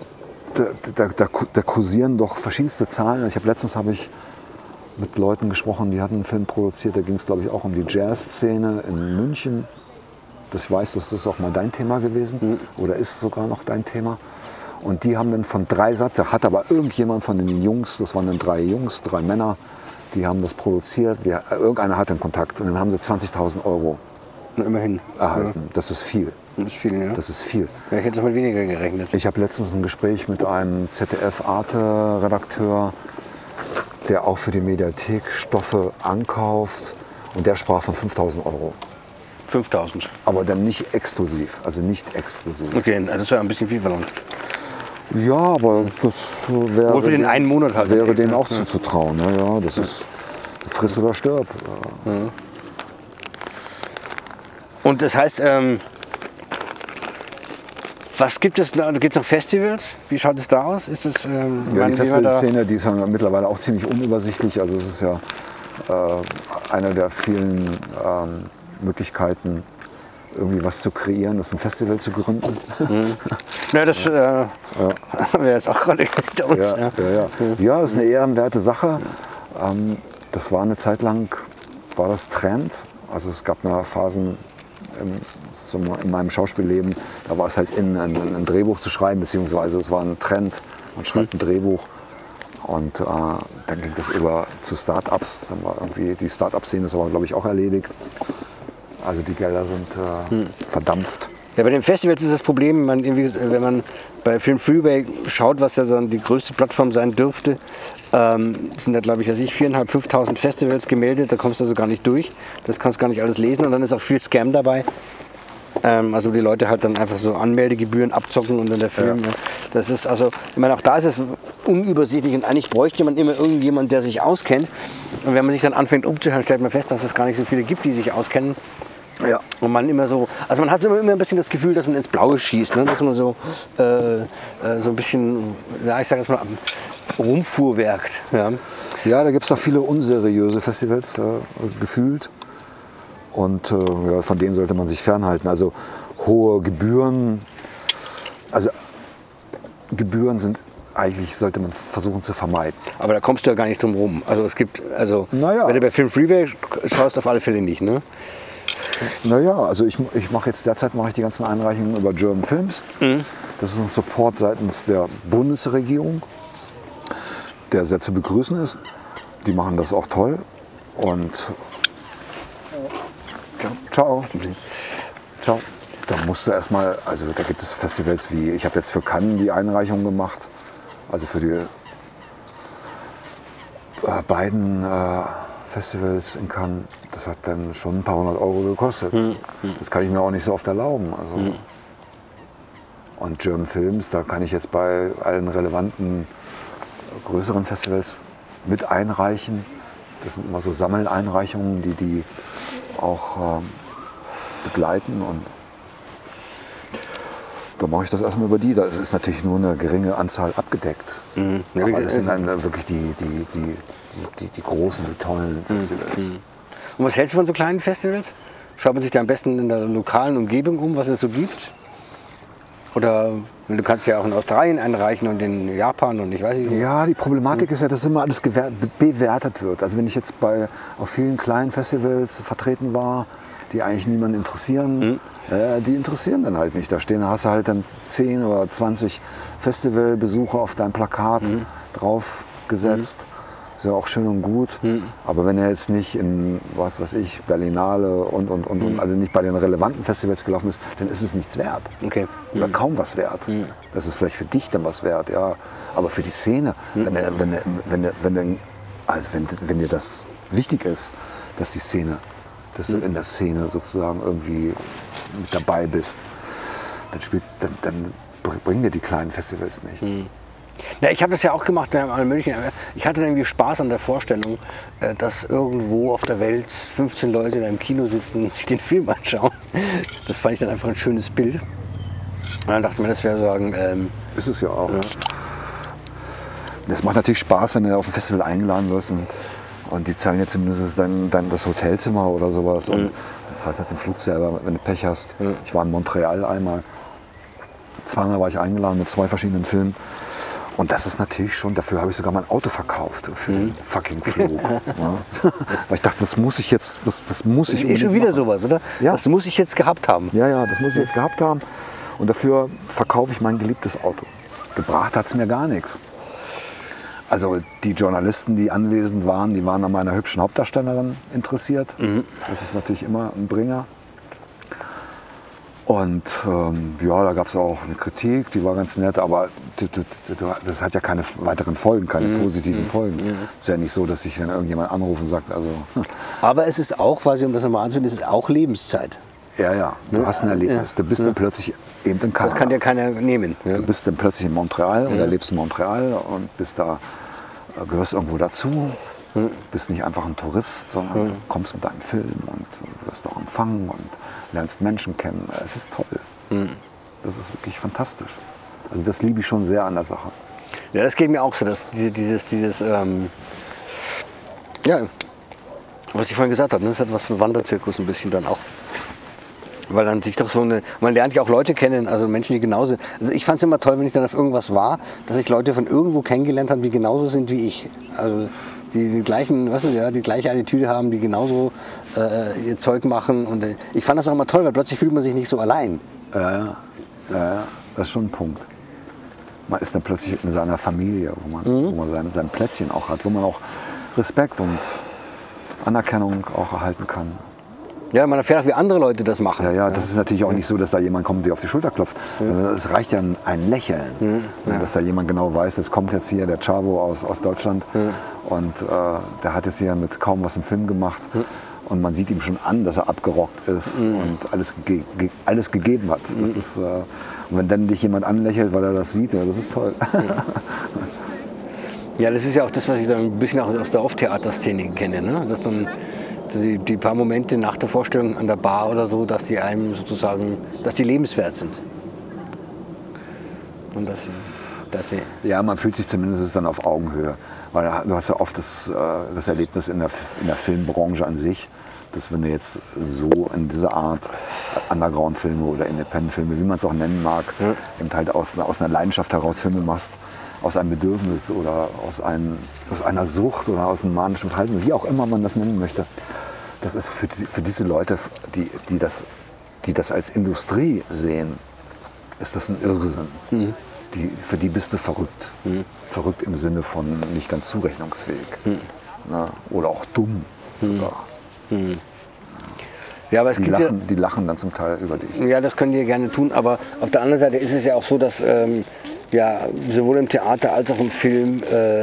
da kursieren doch verschiedenste Zahlen. Letztens habe ich mit Leuten gesprochen, die hatten einen Film produziert, da ging es glaube ich auch um die Jazzszene in München. Ich weiß, das ist auch mal dein Thema gewesen oder ist sogar noch dein Thema. Und die haben dann von 3 Satz, da hat aber irgendjemand von den Jungs, das waren dann 3 Jungs, 3 Männer, die haben das produziert, irgendeiner hatte einen Kontakt und dann haben sie 20.000 Euro immerhin erhalten. Ja. Das ist viel. Das ist viel, ja. Das ist viel. Ja, ich hätte es mit weniger gerechnet. Ich habe letztens ein Gespräch mit einem ZDF-Arte-Redakteur, der auch für die Mediathek Stoffe ankauft und der sprach von 5.000 Euro. 5.000. Aber dann nicht exklusiv, also nicht exklusiv. Okay, also das wäre ein bisschen viel verlangt. Ja, aber das wäre für den einen Monat halt wäre denen auch zuzutrauen. Ja, das ist friss oder stirb. Ja. Und das heißt, was gibt es noch? Gibt es noch Festivals? Wie schaut es da aus? Ist es, ja, die Festivalszene, die ist ja mittlerweile auch ziemlich unübersichtlich. Also es ist ja eine der vielen Möglichkeiten, irgendwie was zu kreieren, ist ein Festival zu gründen. Ja, das wäre jetzt auch gerade hinter uns. Ja, das ist eine ehrenwerte Sache. Das war eine Zeit lang, war das Trend. Also es gab mal Phasen in meinem Schauspielleben, da war es halt ein Drehbuch zu schreiben, beziehungsweise es war ein Trend, man schreibt ein Drehbuch. Und dann ging das über zu Start-ups. Dann war irgendwie die Start-up-Szene ist aber, glaube ich, auch erledigt. Also die Gelder sind verdampft. Ja, bei den Festivals ist das Problem, wenn man bei Film Freeway schaut, was ja so die größte Plattform sein dürfte, sind da, glaube ich, 4.500, 5.000 Festivals gemeldet, da kommst du also gar nicht durch. Das kannst du gar nicht alles lesen und dann ist auch viel Scam dabei. Also die Leute halt dann einfach so Anmeldegebühren abzocken und dann der Film. Ja. Das ist also, ich meine, auch da ist es unübersichtlich und eigentlich bräuchte man immer irgendjemand, der sich auskennt. Und wenn man sich dann anfängt umzuhören, stellt man fest, dass es gar nicht so viele gibt, die sich auskennen. Ja. Und man immer so, also man hat immer ein bisschen das Gefühl, dass man ins Blaue schießt, ne? Dass man so ein bisschen, ja, ich sage jetzt mal, rumfuhrwerkt. Ja, da gibt es doch viele unseriöse Festivals, gefühlt. Und von denen sollte man sich fernhalten. Also hohe Gebühren, Gebühren sind eigentlich, sollte man versuchen zu vermeiden. Aber da kommst du ja gar nicht drum rum. Also es gibt, wenn du bei Film Freeway schaust, auf alle Fälle nicht, ne? Naja, also ich mache jetzt derzeit die ganzen Einreichungen über German Films. Das ist ein Support seitens der Bundesregierung, der sehr zu begrüßen ist. Die machen das auch toll. Und ciao. Ciao. Da musst du erstmal, also da gibt es Festivals wie, ich habe jetzt für Cannes die Einreichung gemacht, also für die beiden Festivals in Cannes, das hat dann schon ein paar 100 Euro gekostet. Das kann ich mir auch nicht so oft erlauben. Also. Und German Films, da kann ich jetzt bei allen relevanten größeren Festivals mit einreichen. Das sind immer so Sammeleinreichungen, die auch begleiten. Und da mache ich das erstmal über die. Da ist natürlich nur eine geringe Anzahl abgedeckt. Ja, aber das sind dann wirklich die großen, die tollen Festivals. Und was hältst du von so kleinen Festivals? Schaut man sich da am besten in der lokalen Umgebung um, was es so gibt? Oder du kannst ja auch in Australien einreichen und in Japan und ich weiß nicht. Ja, die Problematik ist ja, dass immer alles bewertet wird. Also wenn ich jetzt auf vielen kleinen Festivals vertreten war, die eigentlich niemanden interessieren, die interessieren dann halt nicht. Da hast du halt dann 10 oder 20 Festivalbesucher auf dein Plakat drauf gesetzt. Ist ja auch schön und gut. Aber wenn er jetzt nicht in, was weiß ich, Berlinale und also nicht bei den relevanten Festivals gelaufen ist, dann ist es nichts wert. Okay. Oder kaum was wert. Das ist vielleicht für dich dann was wert, ja. Aber für die Szene, wenn dir das wichtig ist, dass die Szene, dass du in der Szene sozusagen irgendwie mit dabei bist, dann bringen dir die kleinen Festivals nichts. Ja, ich habe das ja auch gemacht in München. Ich hatte irgendwie Spaß an der Vorstellung, dass irgendwo auf der Welt 15 Leute in einem Kino sitzen und sich den Film anschauen. Das fand ich dann einfach ein schönes Bild. Und dann dachte ich mir, das wäre sagen... ist es ja auch. Ja. Das macht natürlich Spaß, wenn du auf ein Festival eingeladen wirst und die zahlen jetzt zumindest dann das Hotelzimmer oder sowas und zahlt halt den Flug selber, wenn du Pech hast. Ich war in Montreal einmal. Zweimal war ich eingeladen mit 2 verschiedenen Filmen. Und das ist natürlich schon, dafür habe ich sogar mein Auto verkauft für den fucking Flug. Ja. Weil ich dachte, das muss ich jetzt, das muss ich schon wieder machen. Sowas, oder? Ja. Das muss ich jetzt gehabt haben. Ja, das muss ich jetzt gehabt haben. Und dafür verkaufe ich mein geliebtes Auto. Gebracht hat es mir gar nichts. Also die Journalisten, die anwesend waren, die waren an meiner hübschen Hauptdarstellerin interessiert. Das ist natürlich immer ein Bringer. Und ja, da gab es auch eine Kritik, die war ganz nett, aber das hat ja keine weiteren Folgen, keine positiven Folgen. Es ist ja nicht so, dass sich dann irgendjemand anruft und sagt, also... Aber es ist auch, quasi, um das nochmal anzuhören, es ist auch Lebenszeit. Ja, du hast ein Erlebnis. Du bist dann plötzlich eben in Kanada. Das kann dir keiner nehmen. Ja. Du bist dann plötzlich in Montreal oder lebst in Montreal und bist da, gehörst irgendwo dazu. Bist nicht einfach ein Tourist, sondern du kommst mit deinem Film und wirst auch empfangen und lernst Menschen kennen. Es ist toll. Das ist wirklich fantastisch. Also das liebe ich schon sehr an der Sache. Ja, das geht mir auch so, dass dieses ja, was ich vorhin gesagt habe, ne, das hat was von Wanderzirkus ein bisschen dann auch. Weil dann sich doch man lernt ja auch Leute kennen, also Menschen, die genauso sind. Also ich fand es immer toll, wenn ich dann auf irgendwas war, dass ich Leute von irgendwo kennengelernt habe, die genauso sind wie ich. Also die gleichen, weißt du, ja, die gleiche Attitüde haben, die genauso ihr Zeug machen. Und ich fand das auch immer toll, weil plötzlich fühlt man sich nicht so allein. Ja, das ist schon ein Punkt. Man ist dann plötzlich in seiner Familie, wo man sein Plätzchen auch hat, wo man auch Respekt und Anerkennung auch erhalten kann. Ja, man erfährt auch, wie andere Leute das machen. Ja, das ist natürlich auch nicht so, dass da jemand kommt, der auf die Schulter klopft. Es reicht ja ein Lächeln, dass da jemand genau weiß, es kommt jetzt hier der Chavo aus Deutschland und der hat jetzt hier mit kaum was im Film gemacht und man sieht ihm schon an, dass er abgerockt ist und alles gegeben hat. Das ist, und wenn dann dich jemand anlächelt, weil er das sieht, ja, das ist toll. Ja, das ist ja auch das, was ich dann ein bisschen auch aus der Off-Theater-Szene kenne, ne? Dass dann die paar Momente nach der Vorstellung an der Bar oder so, dass die einem sozusagen, dass die lebenswert sind. Und dass sie ja, man fühlt sich zumindest dann auf Augenhöhe. Weil du hast ja oft das Erlebnis in der Filmbranche an sich, dass wenn du jetzt so in dieser Art Underground-Filme oder Independent-Filme, wie man es auch nennen mag, eben halt aus einer Leidenschaft heraus Filme machst, aus einem Bedürfnis oder aus einer Sucht oder aus einem manischen Verhalten, wie auch immer man das nennen möchte. Das ist für diese Leute, die das als Industrie sehen, ist das ein Irrsinn. Für die bist du verrückt. Verrückt im Sinne von nicht ganz zurechnungsfähig. Na, oder auch dumm sogar. Ja, aber es die lachen dann zum Teil über dich. Ja, das können die gerne tun, aber auf der anderen Seite ist es ja auch so, dass ja, sowohl im Theater als auch im Film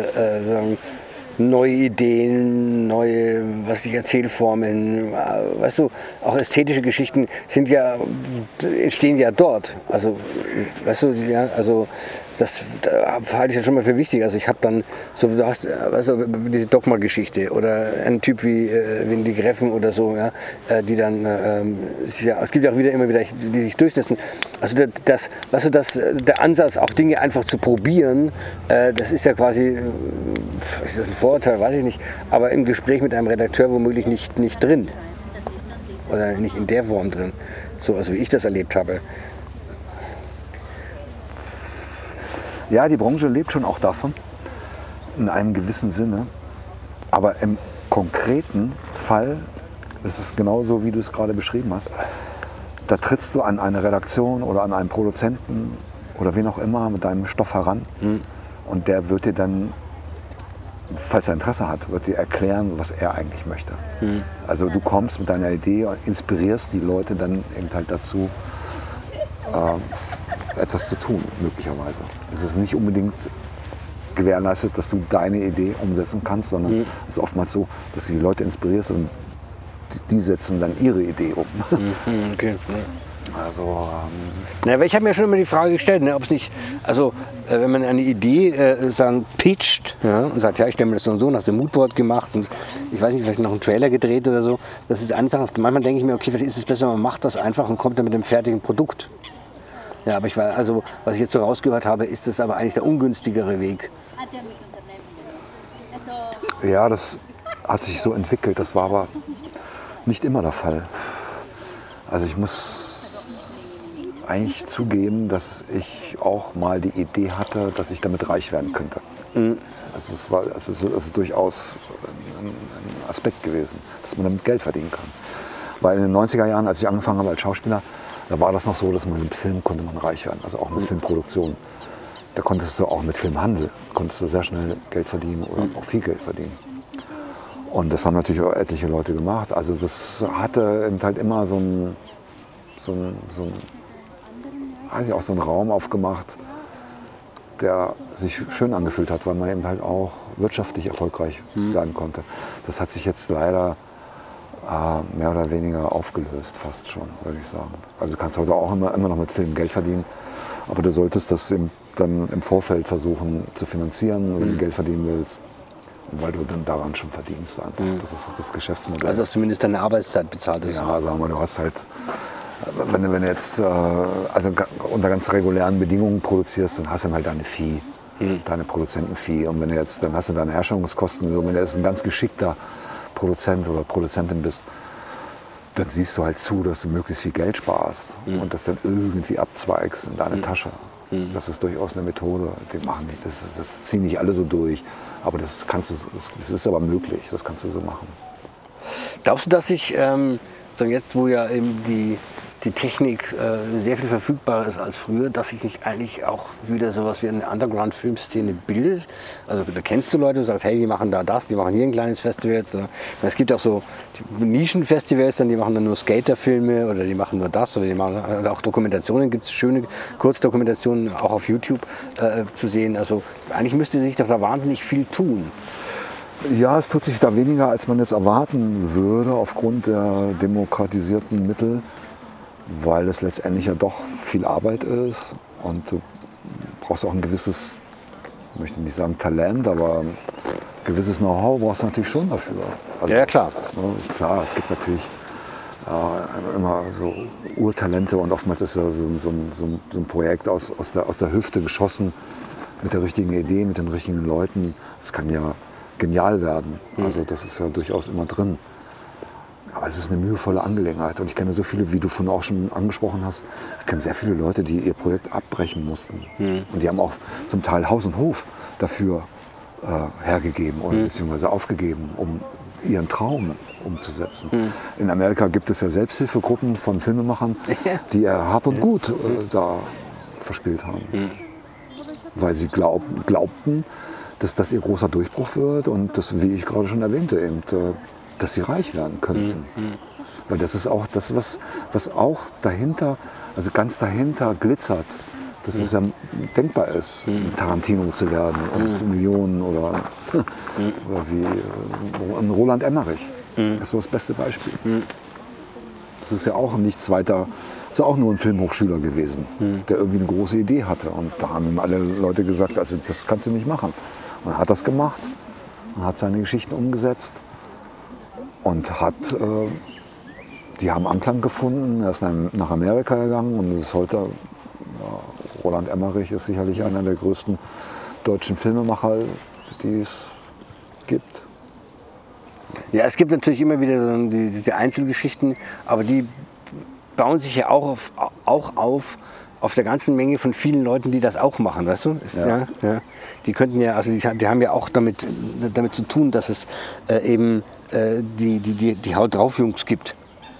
neue Ideen, neue Erzählformen, weißt du, auch ästhetische Geschichten entstehen ja dort. Also, weißt du, ja, also das halte ich ja schon mal für wichtig. Also ich habe dann, so du hast, weißt du, diese Dogma-Geschichte oder ein Typ wie die Greffen oder so, ja, die dann, es gibt ja auch immer wieder, die sich durchsetzen. Also der Ansatz, auch Dinge einfach zu probieren, das ist ja quasi, ist das ein Vorurteil, weiß ich nicht, aber im Gespräch mit einem Redakteur womöglich nicht drin. Oder nicht in der Form drin, so also wie ich das erlebt habe. Ja, die Branche lebt schon auch davon, in einem gewissen Sinne. Aber im konkreten Fall ist es genauso, wie du es gerade beschrieben hast. Da trittst du an eine Redaktion oder an einen Produzenten oder wen auch immer mit deinem Stoff heran. Und der wird dir dann, falls er Interesse hat, wird dir erklären, was er eigentlich möchte. Also du kommst mit deiner Idee und inspirierst die Leute dann eben halt dazu, etwas zu tun, möglicherweise. Es ist nicht unbedingt gewährleistet, dass du deine Idee umsetzen kannst, sondern es ist oftmals so, dass du die Leute inspirierst und die setzen dann ihre Idee um. Okay. Also, Na, weil ich habe mir schon immer die Frage gestellt, ne, ob es nicht, also wenn man eine Idee sagen, pitcht, ja, und sagt, ja, ich stelle mir das so und so, und hast ein Moodboard gemacht und ich weiß nicht, vielleicht noch einen Trailer gedreht oder so, das ist eine Sache. Manchmal denke ich mir, okay, vielleicht ist es besser, man macht das einfach und kommt dann mit dem fertigen Produkt. Ja, aber also, was ich jetzt so rausgehört habe, ist das aber eigentlich der ungünstigere Weg. ja, das hat sich so entwickelt. Das war aber nicht immer der Fall. Also ich muss eigentlich zugeben, dass ich auch mal die Idee hatte, dass ich damit reich werden könnte. Also es war also durchaus ein Aspekt gewesen, dass man damit Geld verdienen kann. Weil in den 90er Jahren, als ich angefangen habe als Schauspieler, da war das noch so, dass man mit Film konnte man reich werden, also auch mit Filmproduktion. Da konntest du auch mit Filmhandel, konntest du sehr schnell Geld verdienen oder auch viel Geld verdienen. Und das haben natürlich auch etliche Leute gemacht. Also das hatte eben halt immer so einen Raum aufgemacht, der sich schön angefühlt hat, weil man eben halt auch wirtschaftlich erfolgreich werden konnte. Das hat sich jetzt leider mehr oder weniger aufgelöst, fast schon, würde ich sagen. Also du kannst heute auch immer noch mit Filmen Geld verdienen, aber du solltest das dann im Vorfeld versuchen zu finanzieren, wenn du Geld verdienen willst, weil du dann daran schon verdienst einfach. Das ist das Geschäftsmodell. Also dass zumindest deine Arbeitszeit bezahlt ist. Ja, sagen wir, du hast halt, wenn du jetzt also unter ganz regulären Bedingungen produzierst, dann hast du halt deine Fee, deine Produzentenfee. Und wenn du jetzt, dann hast du deine Herstellungskosten. Und wenn du jetzt ein ganz geschickter Produzent oder Produzentin bist, dann siehst du halt zu, dass du möglichst viel Geld sparst und das dann irgendwie abzweigst in deine Tasche. Das ist durchaus eine Methode, die machen nicht, das ziehen nicht alle so durch, aber das ist aber möglich, das kannst du so machen. Glaubst du, dass sich, so jetzt wo ja eben die Technik sehr viel verfügbarer ist als früher, dass sich nicht eigentlich auch wieder sowas wie eine Underground-Filmszene bildet? Also da kennst du Leute, du sagst, hey, die machen da das, die machen hier ein kleines Festival. Es gibt auch so Nischenfestivals, die machen dann nur Skaterfilme oder die machen nur das oder die machen oder auch Dokumentationen, gibt es schöne Kurzdokumentationen auch auf YouTube zu sehen. Also eigentlich müsste sich doch da wahnsinnig viel tun. Ja, es tut sich da weniger, als man jetzt erwarten würde, aufgrund der demokratisierten Mittel, weil es letztendlich ja doch viel Arbeit ist und du brauchst auch ein gewisses, ich möchte nicht sagen Talent, aber ein gewisses Know-how brauchst du natürlich schon dafür. Also, ja, klar. Klar, es gibt natürlich immer so Urtalente und oftmals ist ja so ein Projekt aus der Hüfte geschossen, mit der richtigen Idee, mit den richtigen Leuten. Das kann ja genial werden. Also das ist ja durchaus immer drin. Aber es ist eine mühevolle Angelegenheit. Und ich kenne so viele, wie du vorhin auch schon angesprochen hast, ich kenne sehr viele Leute, die ihr Projekt abbrechen mussten. Und die haben auch zum Teil Haus und Hof dafür hergegeben oder beziehungsweise aufgegeben, um ihren Traum umzusetzen. In Amerika gibt es ja Selbsthilfegruppen von Filmemachern, die ihr Hab und Gut da verspielt haben. Weil sie glaubten, dass das ihr großer Durchbruch wird und das, wie ich gerade schon erwähnte, eben, dass sie reich werden könnten. Weil das ist auch das, was auch dahinter, also ganz dahinter glitzert, dass es ja denkbar ist, Tarantino zu werden und Millionen oder wie Roland Emmerich. Das ist so das beste Beispiel. Das ist ja auch nichts weiter, ist ja auch nur ein Filmhochschüler gewesen, der irgendwie eine große Idee hatte. Und da haben ihm alle Leute gesagt, also das kannst du nicht machen. Und er hat das gemacht und hat seine Geschichten umgesetzt und die haben Anklang gefunden. Er ist nach Amerika gegangen und ist heute, Roland Emmerich ist sicherlich einer der größten deutschen Filmemacher, die es gibt. Ja, es gibt natürlich immer wieder so diese Einzelgeschichten, aber die bauen sich ja auch auf der ganzen Menge von vielen Leuten, die das auch machen, weißt du? Ja. Die könnten ja, also die haben ja auch damit zu tun, dass es eben die Haut drauf Jungs gibt.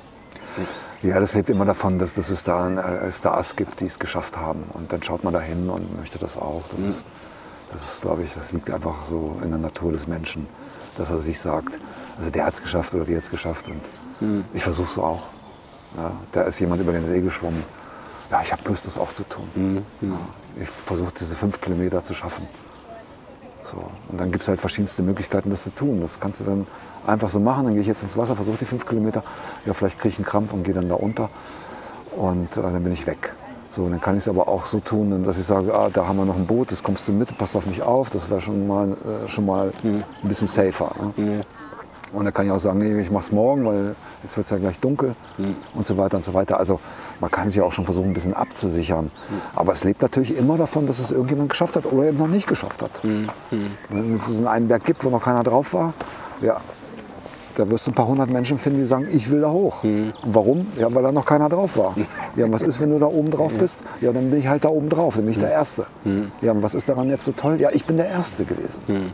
Ja, das lebt immer davon, dass es da Stars gibt, die es geschafft haben. Und dann schaut man da hin und möchte das auch. Das ist, glaube ich, das liegt einfach so in der Natur des Menschen, dass er sich sagt, also der hat es geschafft oder die hat es geschafft. Und ich versuche es auch. Ja, da ist jemand über den See geschwommen. Ja, ich habe Lust, das auch zu tun. Ja, ich versuche diese 5 Kilometer zu schaffen. So. Und dann gibt es halt verschiedenste Möglichkeiten, das zu tun. Das kannst du dann einfach so machen. Dann gehe ich jetzt ins Wasser, versuche die 5 Kilometer. Ja, vielleicht kriege ich einen Krampf und gehe dann da unter. und dann bin ich weg. So, dann kann ich es aber auch so tun, dass ich sage, da haben wir noch ein Boot, das kommst du mit, passt auf mich auf, das wäre schon mal ein bisschen safer. Ne? Und dann kann ich auch sagen, nee, ich mach's morgen, weil jetzt wird es ja gleich dunkel und so weiter und so weiter. Also man kann sich ja auch schon versuchen, ein bisschen abzusichern. Aber es lebt natürlich immer davon, dass es irgendjemand geschafft hat oder eben noch nicht geschafft hat. Wenn es in einem Berg gibt, wo noch keiner drauf war, ja, da wirst du ein paar hundert Menschen finden, die sagen, ich will da hoch. Und warum? Ja, weil da noch keiner drauf war. Ja, und was ist, wenn du da oben drauf bist? Ja, dann bin ich halt da oben drauf, dann bin ich der Erste. Ja, und was ist daran jetzt so toll? Ja, ich bin der Erste gewesen.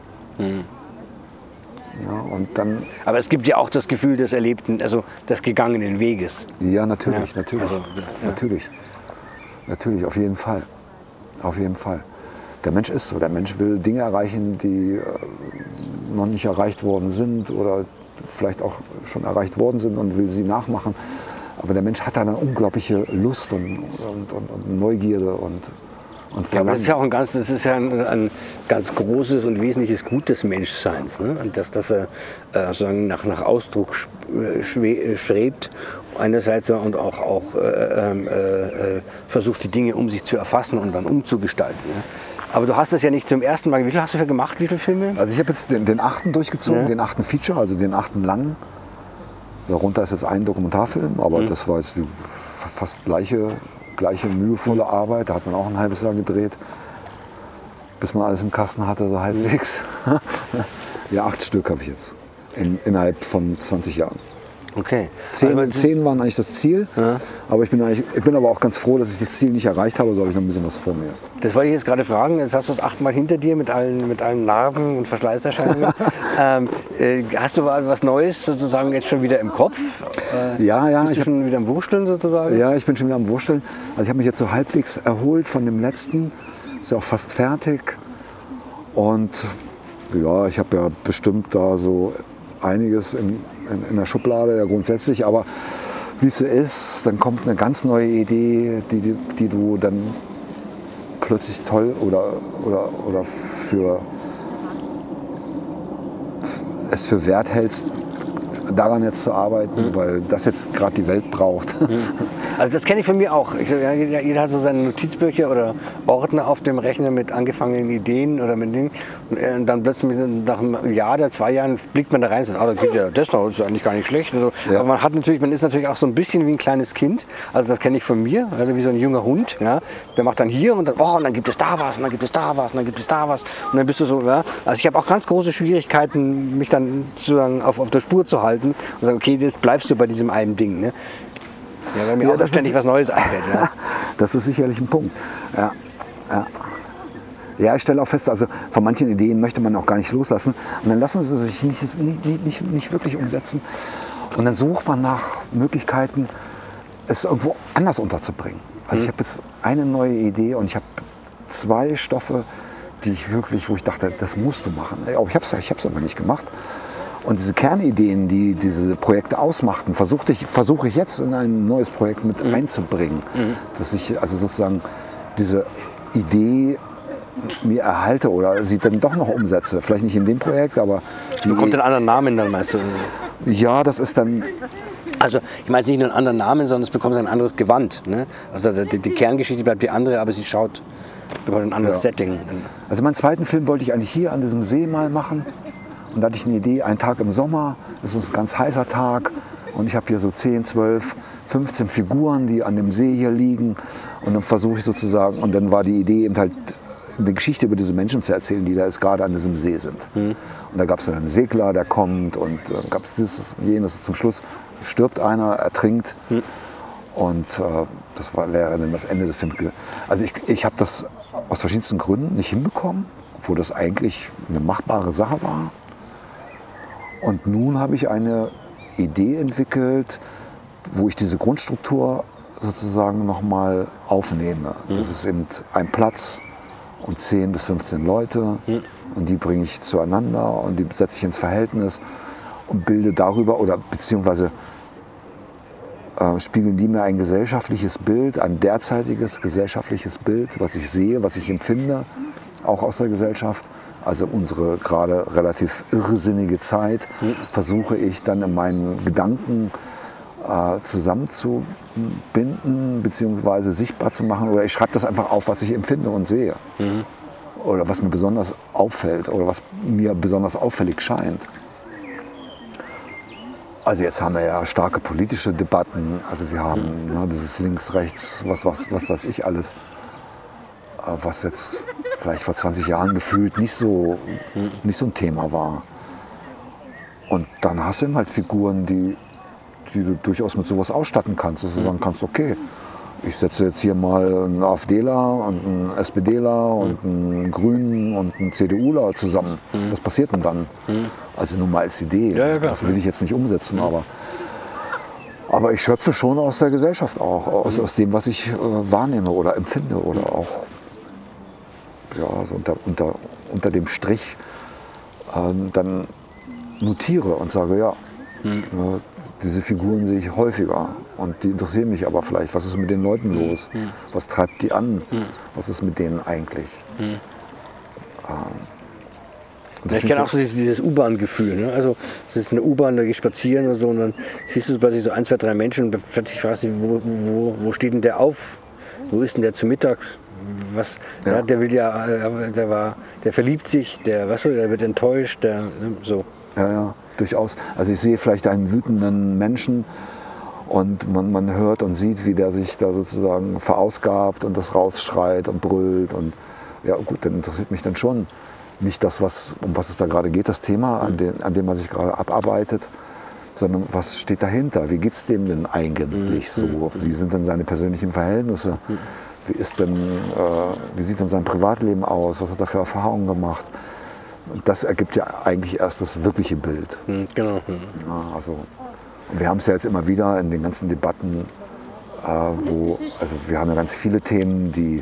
Ja, und dann, aber es gibt ja auch das Gefühl des Erlebten, also des gegangenen Weges. Ja, natürlich, Ja. natürlich, Also, ja. natürlich, auf jeden Fall. Auf jeden Fall. Der Mensch ist so, der Mensch will Dinge erreichen, die noch nicht erreicht worden sind oder vielleicht auch schon erreicht worden sind und will sie nachmachen. Aber der Mensch hat da eine unglaubliche Lust und Neugierde und Ja, aber das ist ja auch ein ganz großes und wesentliches Gut des Menschseins. Ne? Und dass er sozusagen nach Ausdruck strebt einerseits und auch versucht, die Dinge um sich zu erfassen und dann umzugestalten. Ne? Aber du hast das ja nicht zum ersten Mal. Wie viel hast du gemacht? Wie viele Filme? Also ich habe jetzt den 8. durchgezogen, den 8. Feature, also den 8. langen. Darunter ist jetzt ein Dokumentarfilm, aber das war jetzt die fast gleiche mühevolle Arbeit. Da hat man auch ein halbes Jahr gedreht, bis man alles im Kasten hatte, so halbwegs. Ja, 8 Stück habe ich jetzt innerhalb von 20 Jahren. Okay. 10 waren eigentlich das Ziel, aber ich bin aber auch ganz froh, dass ich das Ziel nicht erreicht habe, so habe ich noch ein bisschen was vor mir. Das wollte ich jetzt gerade fragen. Jetzt hast du es 8-mal hinter dir mit allen Narben und Verschleißerscheinungen. Hast du was Neues sozusagen jetzt schon wieder im Kopf? Ja. Bist du schon wieder am Wursteln sozusagen? Ja, ich bin schon wieder am Wursteln. Also ich habe mich jetzt so halbwegs erholt von dem letzten. Ist ja auch fast fertig. Und ja, ich habe ja bestimmt da so einiges in der Schublade, ja grundsätzlich. Aber wie es so ist, dann kommt eine ganz neue Idee, die du dann plötzlich toll oder für wert hältst, daran jetzt zu arbeiten, weil das jetzt gerade die Welt braucht. Also das kenne ich von mir auch. Jeder hat so seine Notizbücher oder Ordner auf dem Rechner mit angefangenen Ideen oder mit Dingen. Und dann plötzlich nach einem Jahr oder 2 Jahren blickt man da rein und sagt, da geht ja das noch, das ist eigentlich gar nicht schlecht. Und so. Ja. Aber man ist natürlich auch so ein bisschen wie ein kleines Kind. Also das kenne ich von mir, also wie so ein junger Hund. Ja? Der macht dann hier und dann gibt es da was und dann gibt es da was und dann gibt es da was. Und dann bist du so, ja? Also ich habe auch ganz große Schwierigkeiten, mich dann sozusagen auf der Spur zu halten und sagen, okay, jetzt bleibst du bei diesem einen Ding. Ne? Ja, weil mir auch ständig was Neues einfällt. Ja. Das ist sicherlich ein Punkt. Ja, ich stelle auch fest, also von manchen Ideen möchte man auch gar nicht loslassen. Und dann lassen sie sich nicht wirklich umsetzen. Und dann sucht man nach Möglichkeiten, es irgendwo anders unterzubringen. Also ich habe jetzt eine neue Idee und ich habe 2 Stoffe, wo ich dachte, das musst du machen. Aber ich habe es aber nicht gemacht. Und diese Kernideen, die diese Projekte ausmachten, versuche ich jetzt in ein neues Projekt mit einzubringen. Dass ich also sozusagen diese Idee mir erhalte oder sie dann doch noch umsetze. Vielleicht nicht in dem Projekt, aber... Bekommt einen anderen Namen dann, meinst du? Ja, das ist dann... Also ich meine nicht nur einen anderen Namen, sondern es bekommt ein anderes Gewand. Ne? Also die Kerngeschichte bleibt die andere, aber sie bekommt ein anderes Setting. Also meinen zweiten Film wollte ich eigentlich hier an diesem See mal machen. Und da hatte ich eine Idee, ein Tag im Sommer, es ist ein ganz heißer Tag und ich habe hier so 10, 12, 15 Figuren, die an dem See hier liegen und dann versuche ich sozusagen, und dann war die Idee eben halt eine Geschichte über diese Menschen zu erzählen, die da jetzt gerade an diesem See sind. Und da gab es dann einen Segler, der kommt und dann gab es dieses und jenes. Zum Schluss stirbt einer, ertrinkt und das wäre dann das Ende des Films. Also ich habe das aus verschiedensten Gründen nicht hinbekommen, obwohl das eigentlich eine machbare Sache war. Und nun habe ich eine Idee entwickelt, wo ich diese Grundstruktur sozusagen nochmal aufnehme. Das ist eben ein Platz und 10 bis 15 Leute und die bringe ich zueinander und die setze ich ins Verhältnis und bilde darüber oder beziehungsweise spiegeln die mir ein gesellschaftliches Bild, ein derzeitiges gesellschaftliches Bild, was ich sehe, was ich empfinde, auch aus der Gesellschaft. Also unsere gerade relativ irrsinnige Zeit versuche ich dann in meinen Gedanken zusammenzubinden bzw. sichtbar zu machen. Oder ich schreibe das einfach auf, was ich empfinde und sehe. Oder was mir besonders auffällt oder was mir besonders auffällig scheint. Also jetzt haben wir ja starke politische Debatten. Also wir haben dieses links, rechts, was weiß ich alles. Was jetzt vielleicht vor 20 Jahren gefühlt nicht so ein Thema war. Und dann hast du eben halt Figuren, die du durchaus mit sowas ausstatten kannst, dass du sagen kannst, okay, ich setze jetzt hier mal einen AfDler und einen SPDler und einen Grünen und einen CDUler zusammen. Was passiert denn dann? Also nur mal als Idee. Ja, das will ich jetzt nicht umsetzen, aber ich schöpfe schon aus der Gesellschaft auch, aus dem, was ich wahrnehme oder empfinde oder auch so unter dem Strich dann notiere und sage, diese Figuren sehe ich häufiger und die interessieren mich aber vielleicht. Was ist mit den Leuten los? Was treibt die an? Was ist mit denen eigentlich? Ich kenne auch so dieses U-Bahn-Gefühl. Ne? Also es ist eine U-Bahn, da gehst du spazieren oder so und dann siehst du plötzlich so 1, 2, 3 Menschen und plötzlich fragst du, wo steht denn der auf? Wo ist denn der zu Mittag? Was? Ja. Der will der verliebt sich, der wird enttäuscht, so. Ja, durchaus. Also ich sehe vielleicht einen wütenden Menschen und man hört und sieht, wie der sich da sozusagen verausgabt und das rausschreit und brüllt. Und ja gut, dann interessiert mich dann schon nicht das, um was es da gerade geht, das Thema, an dem man sich gerade abarbeitet, sondern was steht dahinter? Wie geht es dem denn eigentlich so? Wie sind denn seine persönlichen Verhältnisse? Wie sieht denn sein Privatleben aus? Was hat er für Erfahrungen gemacht? Und das ergibt ja eigentlich erst das wirkliche Bild. Genau. Ja, also, wir haben es ja jetzt immer wieder in den ganzen Debatten, wir haben ja ganz viele Themen, die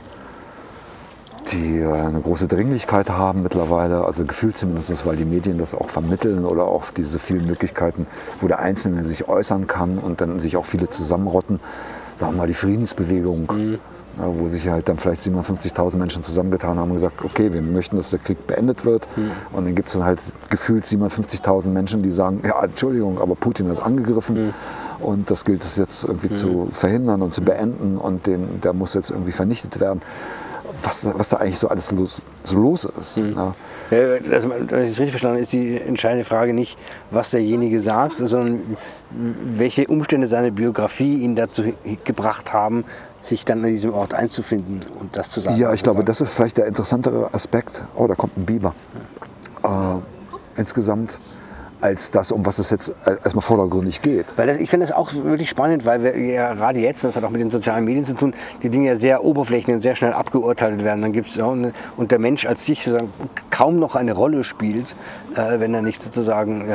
eine große Dringlichkeit haben mittlerweile, also gefühlt zumindest, weil die Medien das auch vermitteln oder auch diese vielen Möglichkeiten, wo der Einzelne sich äußern kann und dann sich auch viele zusammenrotten. Sagen wir mal die Friedensbewegung. Wo sich halt dann vielleicht 57.000 Menschen zusammengetan haben und gesagt, okay, wir möchten, dass der Krieg beendet wird. Und dann gibt es dann halt gefühlt 57.000 Menschen, die sagen, ja, Entschuldigung, aber Putin hat angegriffen und das gilt es jetzt irgendwie zu verhindern und zu beenden und der muss jetzt irgendwie vernichtet werden. Was da eigentlich so alles los ist. Ja. Also, wenn ich das richtig verstanden habe, ist die entscheidende Frage nicht, was derjenige sagt, sondern welche Umstände seine Biografie ihn dazu gebracht haben, sich dann an diesem Ort einzufinden und das zu sagen. Ja, ich glaube, das ist vielleicht der interessantere Aspekt. Oh, da kommt ein Biber. Insgesamt als das, um was es jetzt erstmal vordergründig geht. Weil ich finde das auch wirklich spannend, weil wir ja gerade jetzt, das hat auch mit den sozialen Medien zu tun, die Dinge ja sehr oberflächlich und sehr schnell abgeurteilt werden. Dann gibt's und der Mensch als sich sozusagen kaum noch eine Rolle spielt, wenn er nicht sozusagen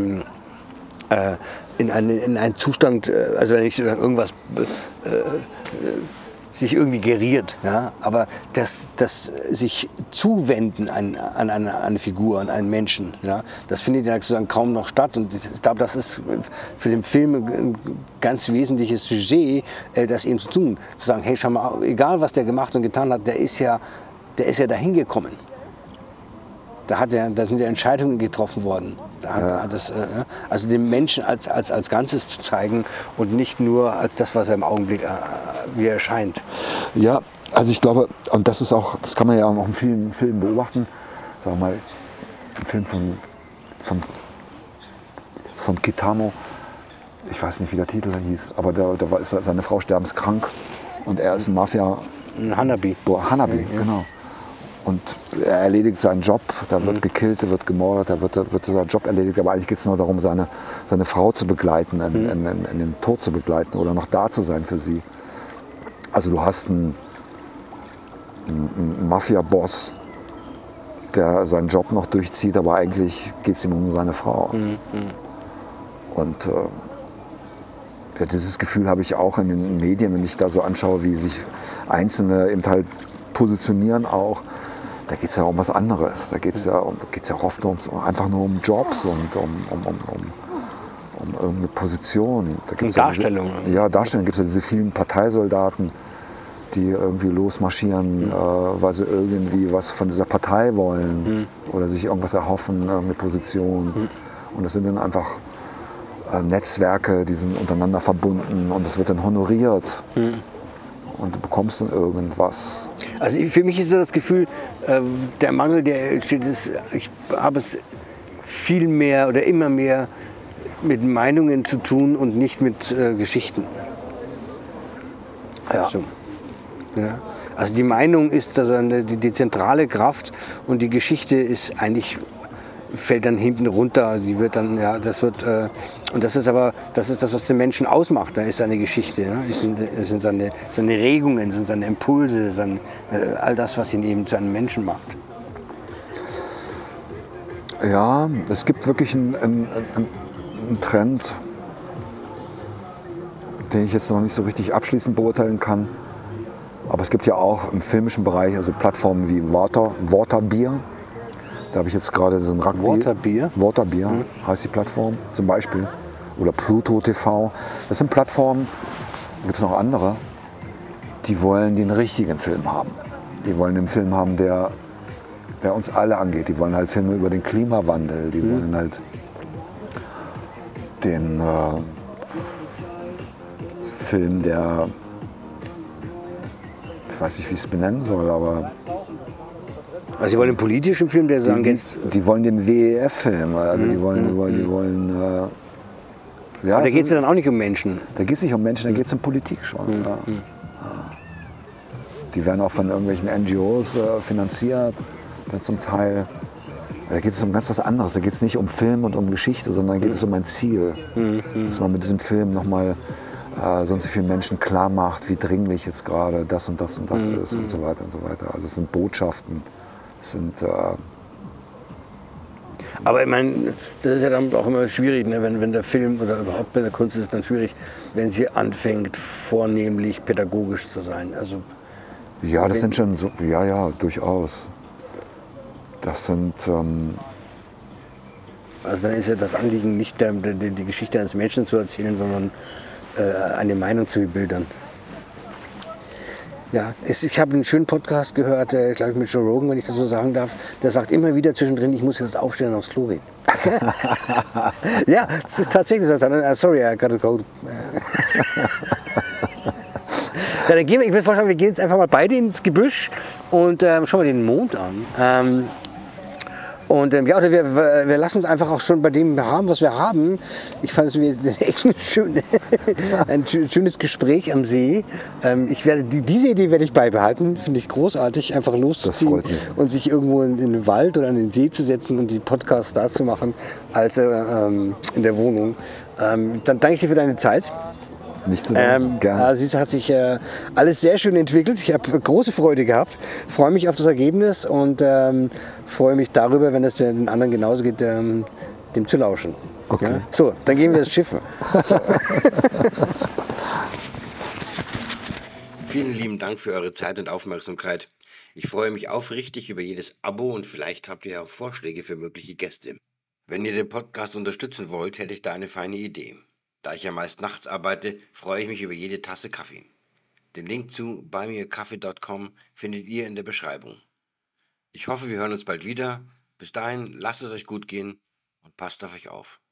in einen Zustand, also wenn nicht irgendwas sich irgendwie geriert, ja? Aber das sich zuwenden an eine Figur, an einen Menschen, ja? Das findet ja sozusagen kaum noch statt und ich glaube, das ist für den Film ein ganz wesentliches Sujet, das eben zu tun, zu sagen, hey, schau mal, egal was der gemacht und getan hat, der ist ja dahin gekommen. Da sind ja Entscheidungen getroffen worden. Also den Menschen als Ganzes zu zeigen und nicht nur als das, was er im Augenblick wie er erscheint. Ja, also ich glaube, und das kann man ja auch noch in vielen Filmen beobachten, sagen wir mal, ein Film von Kitano, ich weiß nicht, wie der Titel hieß, aber da ist seine Frau sterbenskrank und er ist ein Mafia. Hanabi. Hanabi, genau. Und er erledigt seinen Job, da wird gekillt, da wird gemordet, da wird sein Job erledigt. Aber eigentlich geht es nur darum, seine Frau zu begleiten, in den Tod zu begleiten oder noch da zu sein für sie. Also du hast einen Mafia-Boss, der seinen Job noch durchzieht, aber eigentlich geht es ihm um seine Frau. Und dieses Gefühl habe ich auch in den Medien, wenn ich da so anschaue, wie sich Einzelne eben halt positionieren auch. Da geht es ja um was anderes. Da geht es ja auch oft einfach nur um Jobs und um irgendeine Position. Und Darstellung. Darstellung. Da gibt es ja diese vielen Parteisoldaten, die irgendwie losmarschieren, weil sie irgendwie was von dieser Partei wollen oder sich irgendwas erhoffen, irgendeine Position. Und das sind dann einfach Netzwerke, die sind untereinander verbunden und das wird dann honoriert. Und du bekommst dann irgendwas. Also für mich ist das Gefühl, der Mangel, der entsteht, ist, ich habe es viel mehr oder immer mehr mit Meinungen zu tun und nicht mit Geschichten. Ja. Also, ja. Also die Meinung ist also die zentrale Kraft und die Geschichte ist eigentlich, fällt dann hinten runter. Die wird dann, ja, das wird, und das ist aber, das ist das, was den Menschen ausmacht. Da ist seine Geschichte, ja? Es sind seine Regungen, sind seine Impulse, all das, was ihn eben zu einem Menschen macht. Ja, es gibt wirklich einen Trend, den ich jetzt noch nicht so richtig abschließend beurteilen kann. Aber es gibt ja auch im filmischen Bereich also Plattformen wie Waterbeer. Da habe ich jetzt gerade so ein Rugby. Waterbeer? Waterbeer heißt die Plattform zum Beispiel. Oder Pluto TV. Das sind Plattformen, da gibt es noch andere, die wollen den richtigen Film haben. Die wollen den Film haben, der uns alle angeht. Die wollen halt Filme über den Klimawandel. Die wollen halt den Film, der, ich weiß nicht, wie ich es benennen soll, aber Also Sie wollen einen politischen Film, der sagen die wollen den WEF-Film, also die wollen ja, aber da geht es ja dann auch nicht um Menschen. Da geht es nicht um Menschen, da geht es um Politik schon. Ja. Die werden auch von irgendwelchen NGOs finanziert, dann zum Teil. Da geht es um ganz was anderes. Da geht es nicht um Film und um Geschichte, sondern geht es um ein Ziel. Dass man mit diesem Film nochmal so und so vielen Menschen klar macht, wie dringlich jetzt gerade das und das und das ist und so weiter und so weiter. Also es sind Botschaften. Es sind aber ich meine, das ist ja dann auch immer schwierig, ne? Wenn der Film oder überhaupt bei der Kunst ist es dann schwierig, wenn sie anfängt, vornehmlich pädagogisch zu sein. Also, ja, das sind schon so, ja, durchaus. Das sind also dann ist ja das Anliegen nicht die Geschichte eines Menschen zu erzählen, sondern eine Meinung zu bildern. Ja, ich habe einen schönen Podcast gehört, glaube ich, mit Joe Rogan, wenn ich das so sagen darf. Der sagt immer wieder zwischendrin, ich muss jetzt aufstehen und aufs Klo gehen. Ja, das ist tatsächlich so. Sorry, I got a cold. Ja, dann gehen wir, ich würde vorschlagen, wir gehen jetzt einfach mal beide ins Gebüsch und schauen wir den Mond an. Und ja, oder wir lassen uns einfach auch schon bei dem haben, was wir haben. Ich fand es echt ein schönes Gespräch am See. Diese Idee werde ich beibehalten, finde ich großartig, einfach loszuziehen und sich irgendwo in den Wald oder an den See zu setzen und die Podcasts da zu machen, als in der Wohnung. Dann danke ich dir für deine Zeit. Nicht so gerne. Also es hat sich alles sehr schön entwickelt. Ich habe große Freude gehabt. Freue mich auf das Ergebnis und freue mich darüber, wenn es den anderen genauso geht, dem zu lauschen. Okay. Ja? So, dann gehen wir das Schiffen. So. Vielen lieben Dank für eure Zeit und Aufmerksamkeit. Ich freue mich aufrichtig über jedes Abo und vielleicht habt ihr auch Vorschläge für mögliche Gäste. Wenn ihr den Podcast unterstützen wollt, hätte ich da eine feine Idee. Da ich ja meist nachts arbeite, freue ich mich über jede Tasse Kaffee. Den Link zu buymeacoffee.com findet ihr in der Beschreibung. Ich hoffe, wir hören uns bald wieder. Bis dahin, lasst es euch gut gehen und passt auf euch auf.